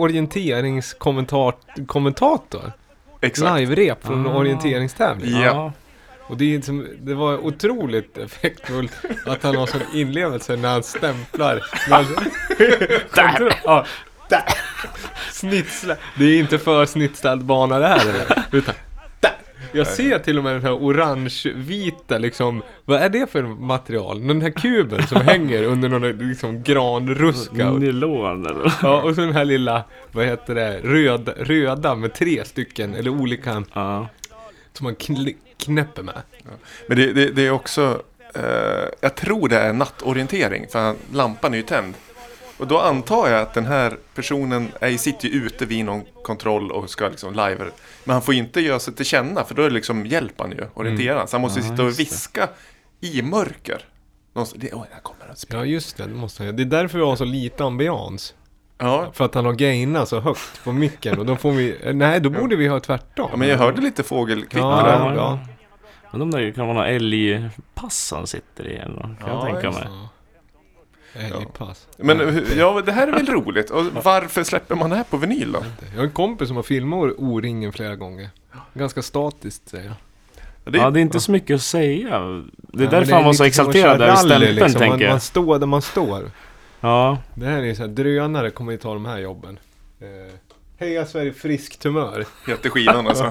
[SPEAKER 1] orienteringskommentator?
[SPEAKER 4] Exakt.
[SPEAKER 1] Live-rep från en
[SPEAKER 2] Ah.
[SPEAKER 1] orienteringstävling.
[SPEAKER 4] Ja.
[SPEAKER 1] Och det, är liksom, det var otroligt effektfullt att han har sån inlevelse när han stämplar. När han, där! Ja, där! Snitsla. Det är inte för snitslad bana det här. Eller? Utan där! Jag ser till och med den här orange-vita liksom. Vad är det för material? Den här kuben som hänger under någon liksom granruska.
[SPEAKER 2] Nylon eller?
[SPEAKER 1] Ja, och så den här lilla, vad heter det? Röd, röda med tre stycken eller olika
[SPEAKER 2] Ja.
[SPEAKER 1] som man kn- knäpper med.
[SPEAKER 4] Men det, det, det är också, eh, jag tror det är nattorientering, för han, lampan är ju tänd. Och då antar jag att den här personen är, sitter ju ute vid någon kontroll och ska liksom live. Men han får inte göra sig till känna, för då är det liksom hjälper han ju, orientera. Så han måste
[SPEAKER 2] Ja,
[SPEAKER 4] sitta och
[SPEAKER 2] just det.
[SPEAKER 4] viska i mörker. Någonstans, det, oj, där kommer han.
[SPEAKER 1] Ja, just det, det måste jag. Det är därför vi har så lite ambians.
[SPEAKER 4] Ja.
[SPEAKER 1] För att han har gainat så högt på micken. Och då får vi, nej, då borde vi ha tvärtom.
[SPEAKER 4] Ja, men jag hörde lite fågelkvitter
[SPEAKER 1] Ja,
[SPEAKER 4] där.
[SPEAKER 1] ja, ja.
[SPEAKER 2] Men de där kan vara några älgpass han sitter i eller, kan
[SPEAKER 4] Ja,
[SPEAKER 2] jag tänka
[SPEAKER 4] just
[SPEAKER 2] mig.
[SPEAKER 1] Ja. Älgpass.
[SPEAKER 4] Men hur- ja, det här är väl roligt. Och varför släpper man det här på vinyl då?
[SPEAKER 1] Jag har en kompis som har filmat O-ringen flera gånger. Ganska statiskt, säger jag.
[SPEAKER 4] Det,
[SPEAKER 2] Ja, det är inte så mycket att säga. Det är
[SPEAKER 1] Ja, men
[SPEAKER 2] därför han var så
[SPEAKER 1] lite som att
[SPEAKER 2] exalterad
[SPEAKER 1] köra
[SPEAKER 2] över
[SPEAKER 1] rally,
[SPEAKER 2] stämpeln,
[SPEAKER 1] liksom.
[SPEAKER 2] tänker
[SPEAKER 1] man,
[SPEAKER 2] jag.
[SPEAKER 1] man står där man står.
[SPEAKER 2] Ja,
[SPEAKER 1] Det här är så här, drönare kommer ju ta de här jobben. Eh, Heja Sverige, friskt humör.
[SPEAKER 4] heter skivan alltså.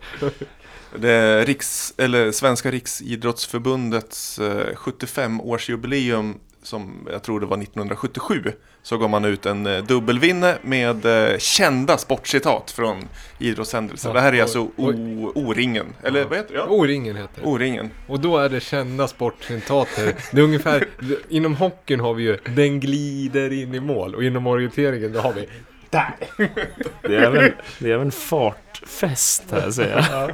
[SPEAKER 4] Det är riks, eller Svenska Riksidrottsförbundets eh, sjuttiofem-årsjubileum som jag tror det var nittonhundrasjuttiosju. Så gav man ut en eh, dubbelvinne med eh, kända sportcitat från idrottshändelser.
[SPEAKER 1] Ja,
[SPEAKER 4] Det här är
[SPEAKER 1] oj,
[SPEAKER 4] alltså
[SPEAKER 1] oj.
[SPEAKER 4] o- O-ringen. Eller vad heter det? Ja.
[SPEAKER 1] O-ringen heter det.
[SPEAKER 4] O-ringen.
[SPEAKER 1] Och då är det kända sportcitater. Det är ungefär, inom hockeyn har vi ju den glider in i mål. Och inom orienteringen då har vi där.
[SPEAKER 2] det är även, det är även fartfest här, säger jag.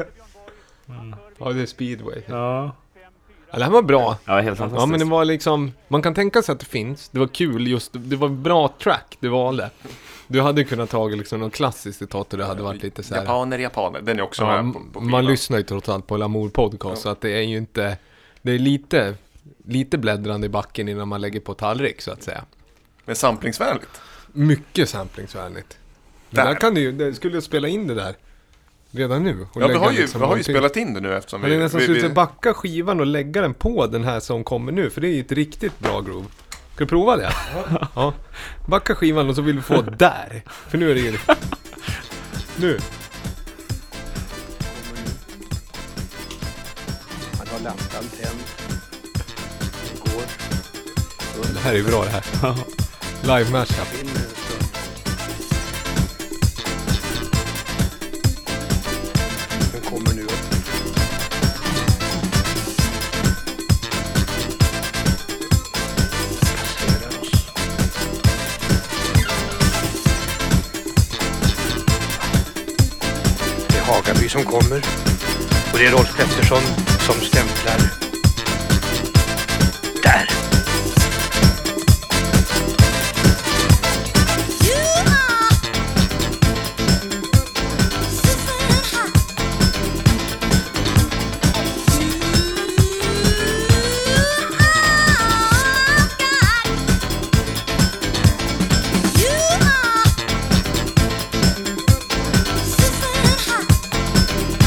[SPEAKER 1] Ja, det är speedway.
[SPEAKER 2] Ja,
[SPEAKER 1] Ja, det här var bra.
[SPEAKER 2] ja helt fantastiskt.
[SPEAKER 1] Ja, men det var liksom, man kan tänka sig att det finns. Det var kul just, det var bra track du valde. Du hade kunnat ta liksom någon klassisk citat och det hade varit lite så här.
[SPEAKER 4] Japaner, japaner. Den är också
[SPEAKER 1] Ja,
[SPEAKER 4] med på, på skivan.
[SPEAKER 1] man lyssnar ju trots allt på Lamour podcast,
[SPEAKER 4] Ja.
[SPEAKER 1] så att det är ju inte, det är lite, lite bläddrande i backen innan man lägger på tallrik så att säga.
[SPEAKER 4] Men samplingsvänligt.
[SPEAKER 1] Mycket samplingsvänligt. Det
[SPEAKER 4] Där.
[SPEAKER 1] där kan du ju, det skulle jag spela in det där redan nu. Och
[SPEAKER 4] Ja, vi
[SPEAKER 1] lägga
[SPEAKER 4] har ju,
[SPEAKER 1] liksom
[SPEAKER 4] vi har ju
[SPEAKER 1] någonting.
[SPEAKER 4] spelat in det nu eftersom
[SPEAKER 1] Men det är
[SPEAKER 4] vi...
[SPEAKER 1] nästan
[SPEAKER 4] vi,
[SPEAKER 1] så ut
[SPEAKER 4] vi
[SPEAKER 1] att backa skivan och lägga den på den här som kommer nu, för det är ju ett riktigt bra groove. Ska du prova det? Ja. Backa skivan och så vill vi få där. För nu är det ju... Nu.
[SPEAKER 6] Man har lampan tänd. Det går.
[SPEAKER 1] Det här är ju bra det här. Live mashup.
[SPEAKER 6] In en stund. Den kommer nu upp. Passerar oss. Det är Hagaby som kommer. Och det är Rolf Pettersson som stämplar. Där!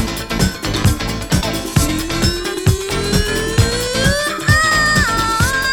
[SPEAKER 5] You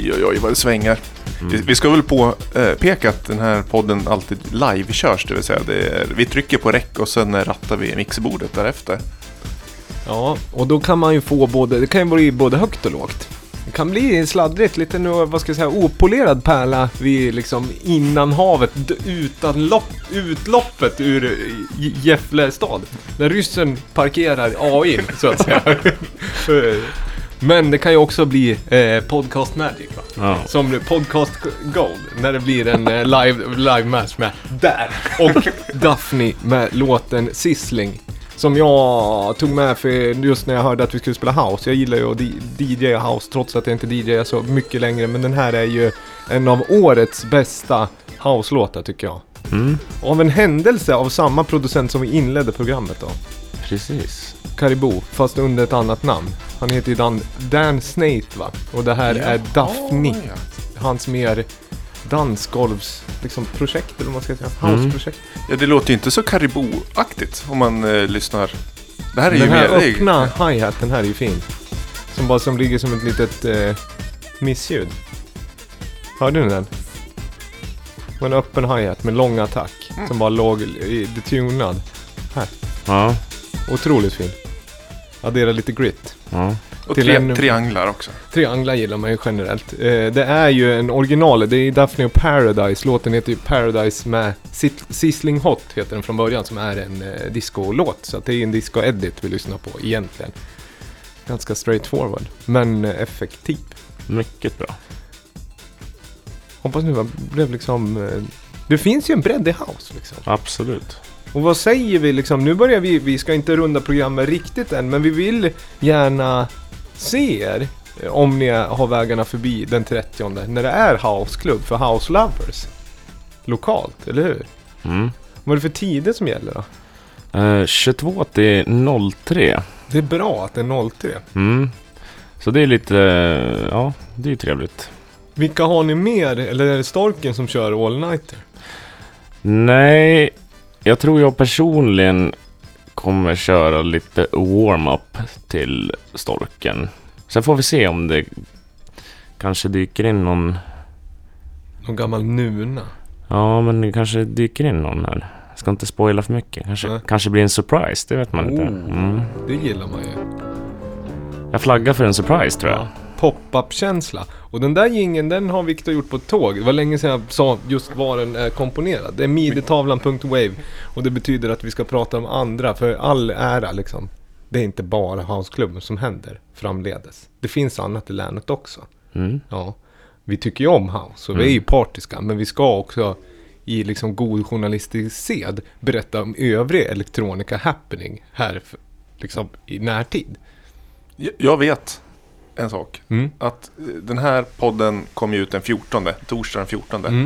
[SPEAKER 4] Oj, oj, oj, vad det svänger.
[SPEAKER 2] Mm.
[SPEAKER 4] Vi, vi ska väl påpeka att den här podden alltid live-körs, det vill säga det är, vi trycker på räck och sen rattar vi mixerbordet därefter.
[SPEAKER 1] Ja, och då kan man ju få både, det kan ju bli både högt och lågt. Det kan bli sladdrigt, lite nu, vad ska jag säga, opolerad pärla vid liksom innanhavet, d- utan lopp, utloppet ur J- Gefle stad. Där ryssen parkerar A I, så att säga. Men det kan ju också bli eh, podcast magic, va?
[SPEAKER 2] Ja.
[SPEAKER 1] Som podcast gold, när det blir en eh, live, live match med där. Och Daphne med låten Sizzling. Som jag tog med för just när jag hörde att vi skulle spela house. Jag gillar ju att D J house trots att jag inte D J så mycket längre. Men den här är ju en av årets bästa house-låtar tycker jag.
[SPEAKER 2] Mm.
[SPEAKER 1] Av en händelse av samma producent som vi inledde programmet då.
[SPEAKER 2] Precis.
[SPEAKER 1] Caribou, fast under ett annat namn. Han heter ju Dan, Dan Snate, va? Och det här är Daphne.
[SPEAKER 4] Ja, ja.
[SPEAKER 1] Hans mer dansgolvs liksom projekt, eller vad man ska säga.
[SPEAKER 2] Mm.
[SPEAKER 1] House-projekt.
[SPEAKER 4] Ja, det låter ju inte så Caribou-aktigt om man eh, lyssnar. Det här är
[SPEAKER 1] Den
[SPEAKER 4] ju
[SPEAKER 1] här
[SPEAKER 4] mer... det är-
[SPEAKER 1] öppna hi-haten här är ju fin. Som bara som ligger som ett litet eh, missljud. Hörde ni den? Det var en öppen hi-hat med lång attack.
[SPEAKER 4] Mm.
[SPEAKER 1] Som bara låg i detunad. Här.
[SPEAKER 2] Ja.
[SPEAKER 1] Otroligt fin. Addera lite grit.
[SPEAKER 2] Ja.
[SPEAKER 4] Och
[SPEAKER 1] till
[SPEAKER 4] tre,
[SPEAKER 1] en-
[SPEAKER 4] trianglar också.
[SPEAKER 1] Trianglar gillar man ju generellt. Eh, det är ju en original. Det är Daphne och Paradise. Låten heter ju Paradise med Sit- Sizzling Hot heter den från början. Som är en eh, disco-låt. Så att det är en disco-edit vi lyssnar på egentligen. Ganska straightforward. Men eh, effektiv.
[SPEAKER 2] Mycket bra.
[SPEAKER 1] Hoppas nu det blev liksom... Eh, det finns ju en bredd i house liksom.
[SPEAKER 2] Absolut.
[SPEAKER 1] Och vad säger vi liksom? Nu börjar vi... Vi ska inte runda programmet riktigt än. Men vi vill gärna se er. eh, Om ni har vägarna förbi den trettionde. När det är houseklubb för house lovers. Lokalt, eller hur?
[SPEAKER 2] Mm.
[SPEAKER 1] Vad är det för tider som gäller då?
[SPEAKER 2] Eh, tjugotvå till noll tre.
[SPEAKER 1] Det är bra att det är noll tre.
[SPEAKER 2] Mm. Så det är lite, eh, ja, det är ju trevligt.
[SPEAKER 1] Vilka har ni mer? Eller är det Storken som kör all nighter?
[SPEAKER 2] Nej, jag tror jag personligen kommer köra lite warm-up till Storken. Sen får vi se om det kanske dyker in någon.
[SPEAKER 1] Någon gammal nuna.
[SPEAKER 2] Ja, men det kanske dyker in någon här. Jag ska inte spoila för mycket. Kanske,
[SPEAKER 1] Nej.
[SPEAKER 2] kanske blir en surprise, det vet man inte.
[SPEAKER 1] Oh.
[SPEAKER 2] Mm.
[SPEAKER 1] Det gillar man ju.
[SPEAKER 2] Jag flaggar för en surprise tror jag.
[SPEAKER 1] Ja. Pop-up-känsla. Och den där jingeln, den har Victor gjort på ett tåg. Det var länge sedan jag sa just var den är komponerad. Det är midetavlan punkt wave. Och det betyder att vi ska prata om andra. För all ära liksom. Det är inte bara houseklubben som händer framledes. Det finns annat i länet också.
[SPEAKER 2] Mm.
[SPEAKER 1] Ja. Vi tycker ju om house. Och vi är ju partiska. Men vi ska också i liksom god journalistisk sed berätta om övrig elektronika happening här för, liksom i närtid.
[SPEAKER 4] Jag- Jag vet en sak.
[SPEAKER 1] Mm.
[SPEAKER 4] Att eh, den här podden kommer ut den fjortonde, torsdag den fjortonde.
[SPEAKER 1] Mm.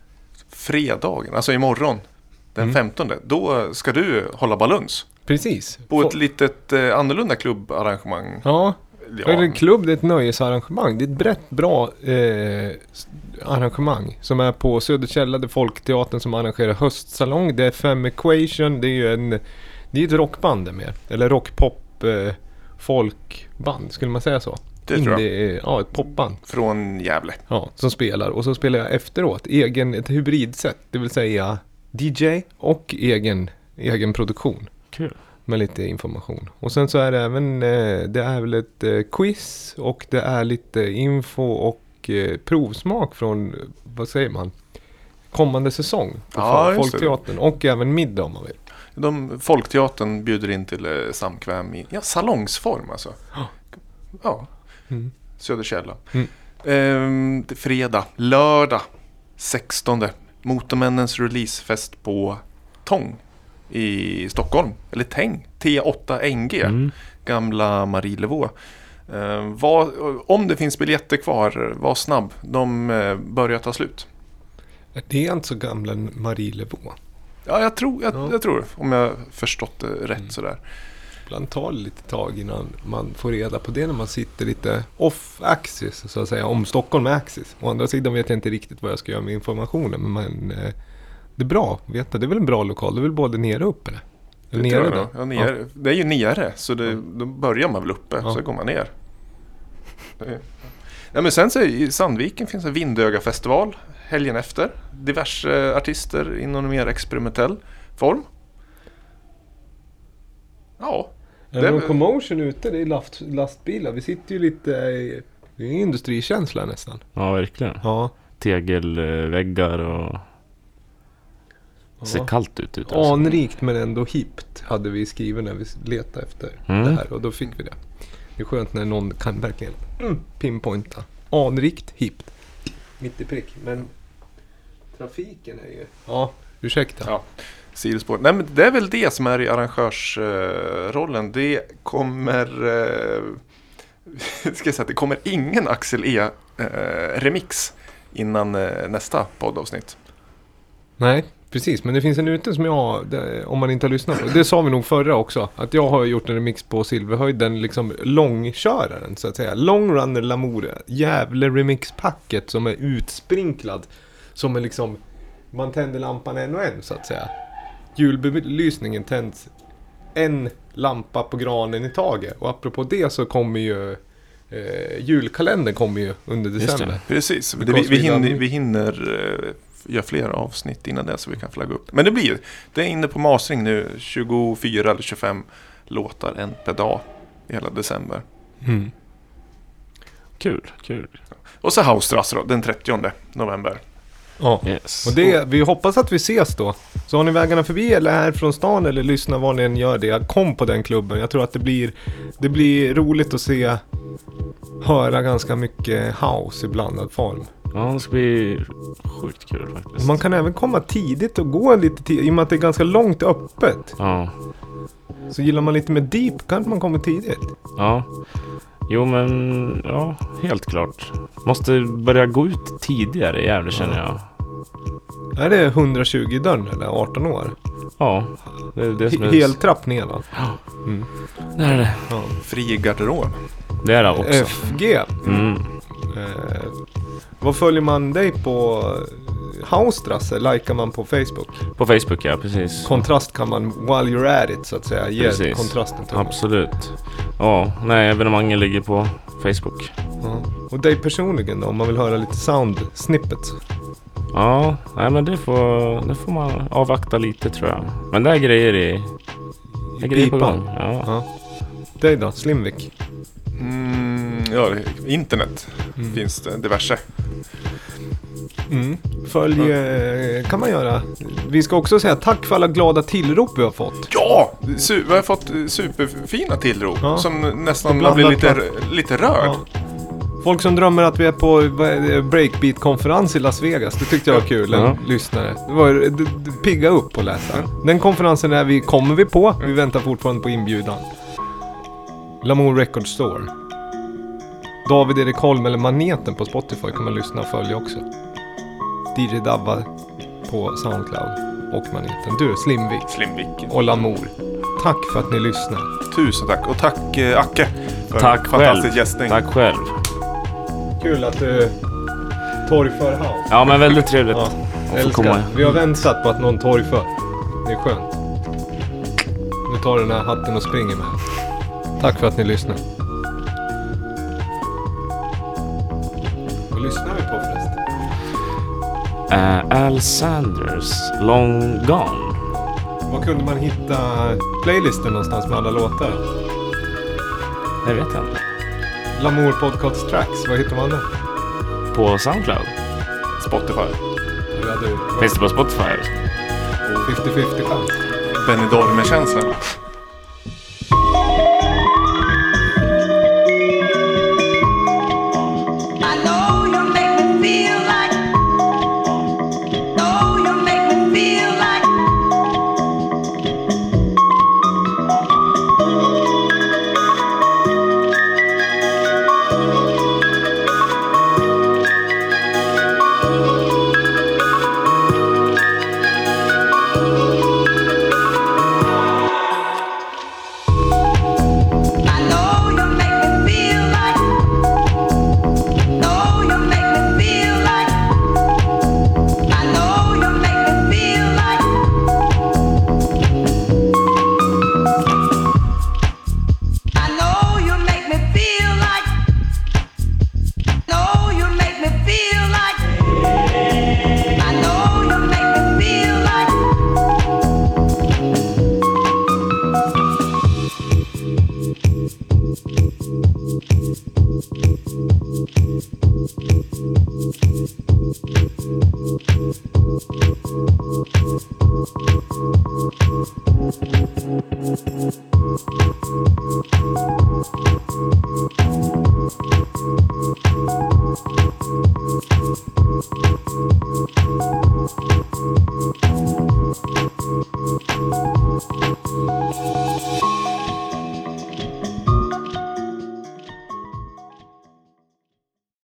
[SPEAKER 4] Fredagen, alltså imorgon, den
[SPEAKER 1] Mm.
[SPEAKER 4] femtonde. Då ska du hålla baluns.
[SPEAKER 1] Precis.
[SPEAKER 4] På
[SPEAKER 1] Få-
[SPEAKER 4] ett litet eh, annorlunda klubbarrangemang.
[SPEAKER 1] Ja,
[SPEAKER 4] Ja.
[SPEAKER 1] För en klubb, det är ett nöjesarrangemang. Det är ett brett, bra eh, s- arrangemang som är på Söderkälla, det är Folkteatern som arrangerar höstsalong. Det är Fem Equation, det är ju en, det är ett rockband det med. Eller rockpop eh, folkband, skulle man säga så?
[SPEAKER 4] Det tror jag.
[SPEAKER 1] Indie, eh, ja, ett popband.
[SPEAKER 4] Från Gävle.
[SPEAKER 1] Ja, som spelar. Och så spelar jag efteråt egen, ett hybridsätt. Det vill säga D J och egen, egen produktion.
[SPEAKER 2] Kul.
[SPEAKER 1] Med lite information. Och sen så är det även, eh, det är väl ett eh, quiz och det är lite info och eh, provsmak från, vad säger man, kommande säsong på
[SPEAKER 4] Ja,
[SPEAKER 1] Fol-
[SPEAKER 4] just det.
[SPEAKER 1] Folkteatern och även middag om man vill.
[SPEAKER 4] De, Folkteatern bjuder in till eh, samkväm i ja, salongsform alltså.
[SPEAKER 1] Ja.
[SPEAKER 4] Ja,
[SPEAKER 1] Mm.
[SPEAKER 4] Söderkälla.
[SPEAKER 1] Mm.
[SPEAKER 4] Ehm, det är fredag, lördag, sextonde. Motormännens releasefest på Tång i Stockholm. Eller Täng, T åtta N G.
[SPEAKER 2] Mm.
[SPEAKER 4] Gamla Marielevå. Ehm, var, om det finns biljetter kvar, var snabb. De eh, börjar ta slut.
[SPEAKER 1] Det är alltså gamla Marielevå.
[SPEAKER 4] Ja, jag tror, jag,
[SPEAKER 1] Ja.
[SPEAKER 4] jag tror om jag förstått det rätt
[SPEAKER 1] Mm.
[SPEAKER 4] sådär.
[SPEAKER 1] Ibland tar det lite tag innan man får reda på det när man sitter lite off-axis så att säga, om Stockholm är axis. Å andra sidan vet jag inte riktigt vad jag ska göra med informationen, men man, eh, det är bra att veta. Det är väl en bra lokal, det är väl både nere och uppe?
[SPEAKER 4] Det,
[SPEAKER 1] Eller
[SPEAKER 4] tror
[SPEAKER 1] nere
[SPEAKER 4] jag
[SPEAKER 1] då?
[SPEAKER 4] nog. ja, nere. Det är ju nere, så det,
[SPEAKER 1] Ja.
[SPEAKER 4] då börjar man väl uppe,
[SPEAKER 1] Ja.
[SPEAKER 4] så går man ner. Det är- Ja, men sen så i Sandviken finns en Vindöga-festival helgen efter. Diverse artister inom en mer experimentell form. Ja.
[SPEAKER 1] Är det någon commotion ute? Det är last, lastbilar. Vi sitter ju lite i, det är industrikänsla nästan.
[SPEAKER 2] Ja, verkligen.
[SPEAKER 1] Ja.
[SPEAKER 2] Tegelväggar och... Det ser
[SPEAKER 1] Ja.
[SPEAKER 2] kallt ut ute. Alltså.
[SPEAKER 1] Anrikt men ändå hippt hade vi skrivit när vi letade efter
[SPEAKER 2] Mm.
[SPEAKER 1] det här. Och då fick vi det. Det är skönt när någon kan verkligen mm, pinpointa. Anrikt, hippt. Mitt i prick. Men trafiken är ju... Ja, ursäkta.
[SPEAKER 4] Ja. Sidospår. Nej, men det är väl det som är i arrangörsrollen. Det kommer... Eh, ska jag säga att det kommer ingen Axel E eh, remix innan eh, nästa poddavsnitt.
[SPEAKER 1] Nej, precis. Men det finns en ute som jag, det, om man inte har lyssnat på. Det sa vi nog förra också. Att jag har gjort en remix på Silverhöjden, liksom långköraren så att säga. Long Runner Lamour. Jävla remixpacket som är utsprinklad. Som är liksom, man tänder lampan en och en så att säga. Julbelysningen tänds en lampa på granen i taget. Och apropå det så kommer ju eh, julkalendern kommer ju under
[SPEAKER 2] Just
[SPEAKER 1] december.
[SPEAKER 2] det.
[SPEAKER 4] Precis. Det,
[SPEAKER 1] Because
[SPEAKER 4] vi, vi
[SPEAKER 1] we love
[SPEAKER 4] hinner,
[SPEAKER 1] you.
[SPEAKER 4] vi hinner eh, göra fler avsnitt innan det så vi kan flagga upp. Men det blir det är inne på mastering nu. tjugofyra eller tjugofem låtar en per dag i hela december.
[SPEAKER 1] Mm.
[SPEAKER 2] Kul, kul.
[SPEAKER 4] Och så Haustrass då, den trettionde november.
[SPEAKER 1] Ja.
[SPEAKER 2] Yes.
[SPEAKER 1] Och det, vi hoppas att vi ses då. Så har ni vägarna förbi eller här från stan eller lyssna vad ni än gör det. Kom på den klubben. Jag tror att det blir, det blir roligt att se, höra ganska mycket house i blandad form.
[SPEAKER 2] Ja, det ska bli sjukt kul faktiskt.
[SPEAKER 1] Man kan även komma tidigt och gå lite tidigt. I och med att det är ganska långt öppet.
[SPEAKER 2] Ja,
[SPEAKER 1] Så gillar man lite mer deep kan man komma tidigt.
[SPEAKER 2] ja. Jo men, ja, helt klart. Måste börja gå ut tidigare, jävlar känner jag.
[SPEAKER 1] Är det etthundratjugo i dörren eller arton år?
[SPEAKER 2] Ja, det är det som är...
[SPEAKER 1] Helt trapp ner va? Mm.
[SPEAKER 2] Det är det.
[SPEAKER 1] Ja.
[SPEAKER 4] Fri garderob.
[SPEAKER 2] Det är det också.
[SPEAKER 1] F G.
[SPEAKER 2] Mm.
[SPEAKER 1] Eh, vad följer man dig på? Haustrasse likar man på Facebook.
[SPEAKER 2] På Facebook, ja, precis.
[SPEAKER 1] Kontrast kan man while you're at it så att säga. Ge
[SPEAKER 2] Precis.
[SPEAKER 1] kontrasten till.
[SPEAKER 2] Absolut. Ja, nej, evenemangen ligger på Facebook.
[SPEAKER 1] Ja. Och dig personligen då, om man vill höra lite sound snippets.
[SPEAKER 2] Ja, nej men det får, det får man avvakta lite tror jag. Men det är grejer i... Det är grejer på
[SPEAKER 1] pipan.
[SPEAKER 2] gång. Ja.
[SPEAKER 1] Ja. Dig då, Slimvik.
[SPEAKER 4] Mm, ja, internet
[SPEAKER 1] Mm.
[SPEAKER 4] finns det diverse.
[SPEAKER 1] Mm. Följ eh, kan man göra. Vi ska också säga tack för alla glada tillrop vi har fått.
[SPEAKER 4] Ja! Su- vi har fått eh, superfina tillrop
[SPEAKER 1] Ja.
[SPEAKER 4] som nästan
[SPEAKER 1] Och
[SPEAKER 4] man blir
[SPEAKER 1] blandat
[SPEAKER 4] lite, lite rörd.
[SPEAKER 1] Ja. Folk som drömmer att vi är på vad är det, breakbeat-konferens i Las Vegas. Det tyckte jag var kul, en
[SPEAKER 2] Ja.
[SPEAKER 1] lyssnare. Det var d- d- pigga upp och läsa. Den konferensen är vi, kommer vi på. Vi väntar fortfarande på inbjudan. Lamour Record Store. David Erik Holm eller Maneten på Spotify kan man lyssna och följa också. D J Dabba på Soundcloud och Maneten. Du, Slimvik
[SPEAKER 4] Slimvik.
[SPEAKER 1] och Lamour. Tack för att ni lyssnar.
[SPEAKER 4] Tusen tack. Och tack eh, Acke för
[SPEAKER 2] Tack
[SPEAKER 4] fantastisk
[SPEAKER 2] själv.
[SPEAKER 4] gästning.
[SPEAKER 2] Tack själv.
[SPEAKER 1] Kul att du torgför house.
[SPEAKER 2] Ja, men väldigt trevligt.
[SPEAKER 1] Ja,
[SPEAKER 2] att få
[SPEAKER 1] älskar.
[SPEAKER 2] komma.
[SPEAKER 1] Vi har väntat på att någon torgför. Det är skönt. Nu tar du den här hatten och springer med. Tack för att ni lyssnar. Vad lyssnar vi på förresten?
[SPEAKER 2] Uh, Al Sanders, Long Gone.
[SPEAKER 1] Var kunde man hitta playlisten någonstans med alla låtar?
[SPEAKER 2] Det vet jag inte.
[SPEAKER 1] Lamour Podcast Tracks, vad hittar man där?
[SPEAKER 2] På Soundcloud.
[SPEAKER 4] Spotify.
[SPEAKER 1] Ja, du,
[SPEAKER 2] Finns det på Spotify?
[SPEAKER 1] femtio femtio chans.
[SPEAKER 4] Benny Dorme-känslan.
[SPEAKER 5] I know you make me feel like, know you make me feel like.
[SPEAKER 3] Hej.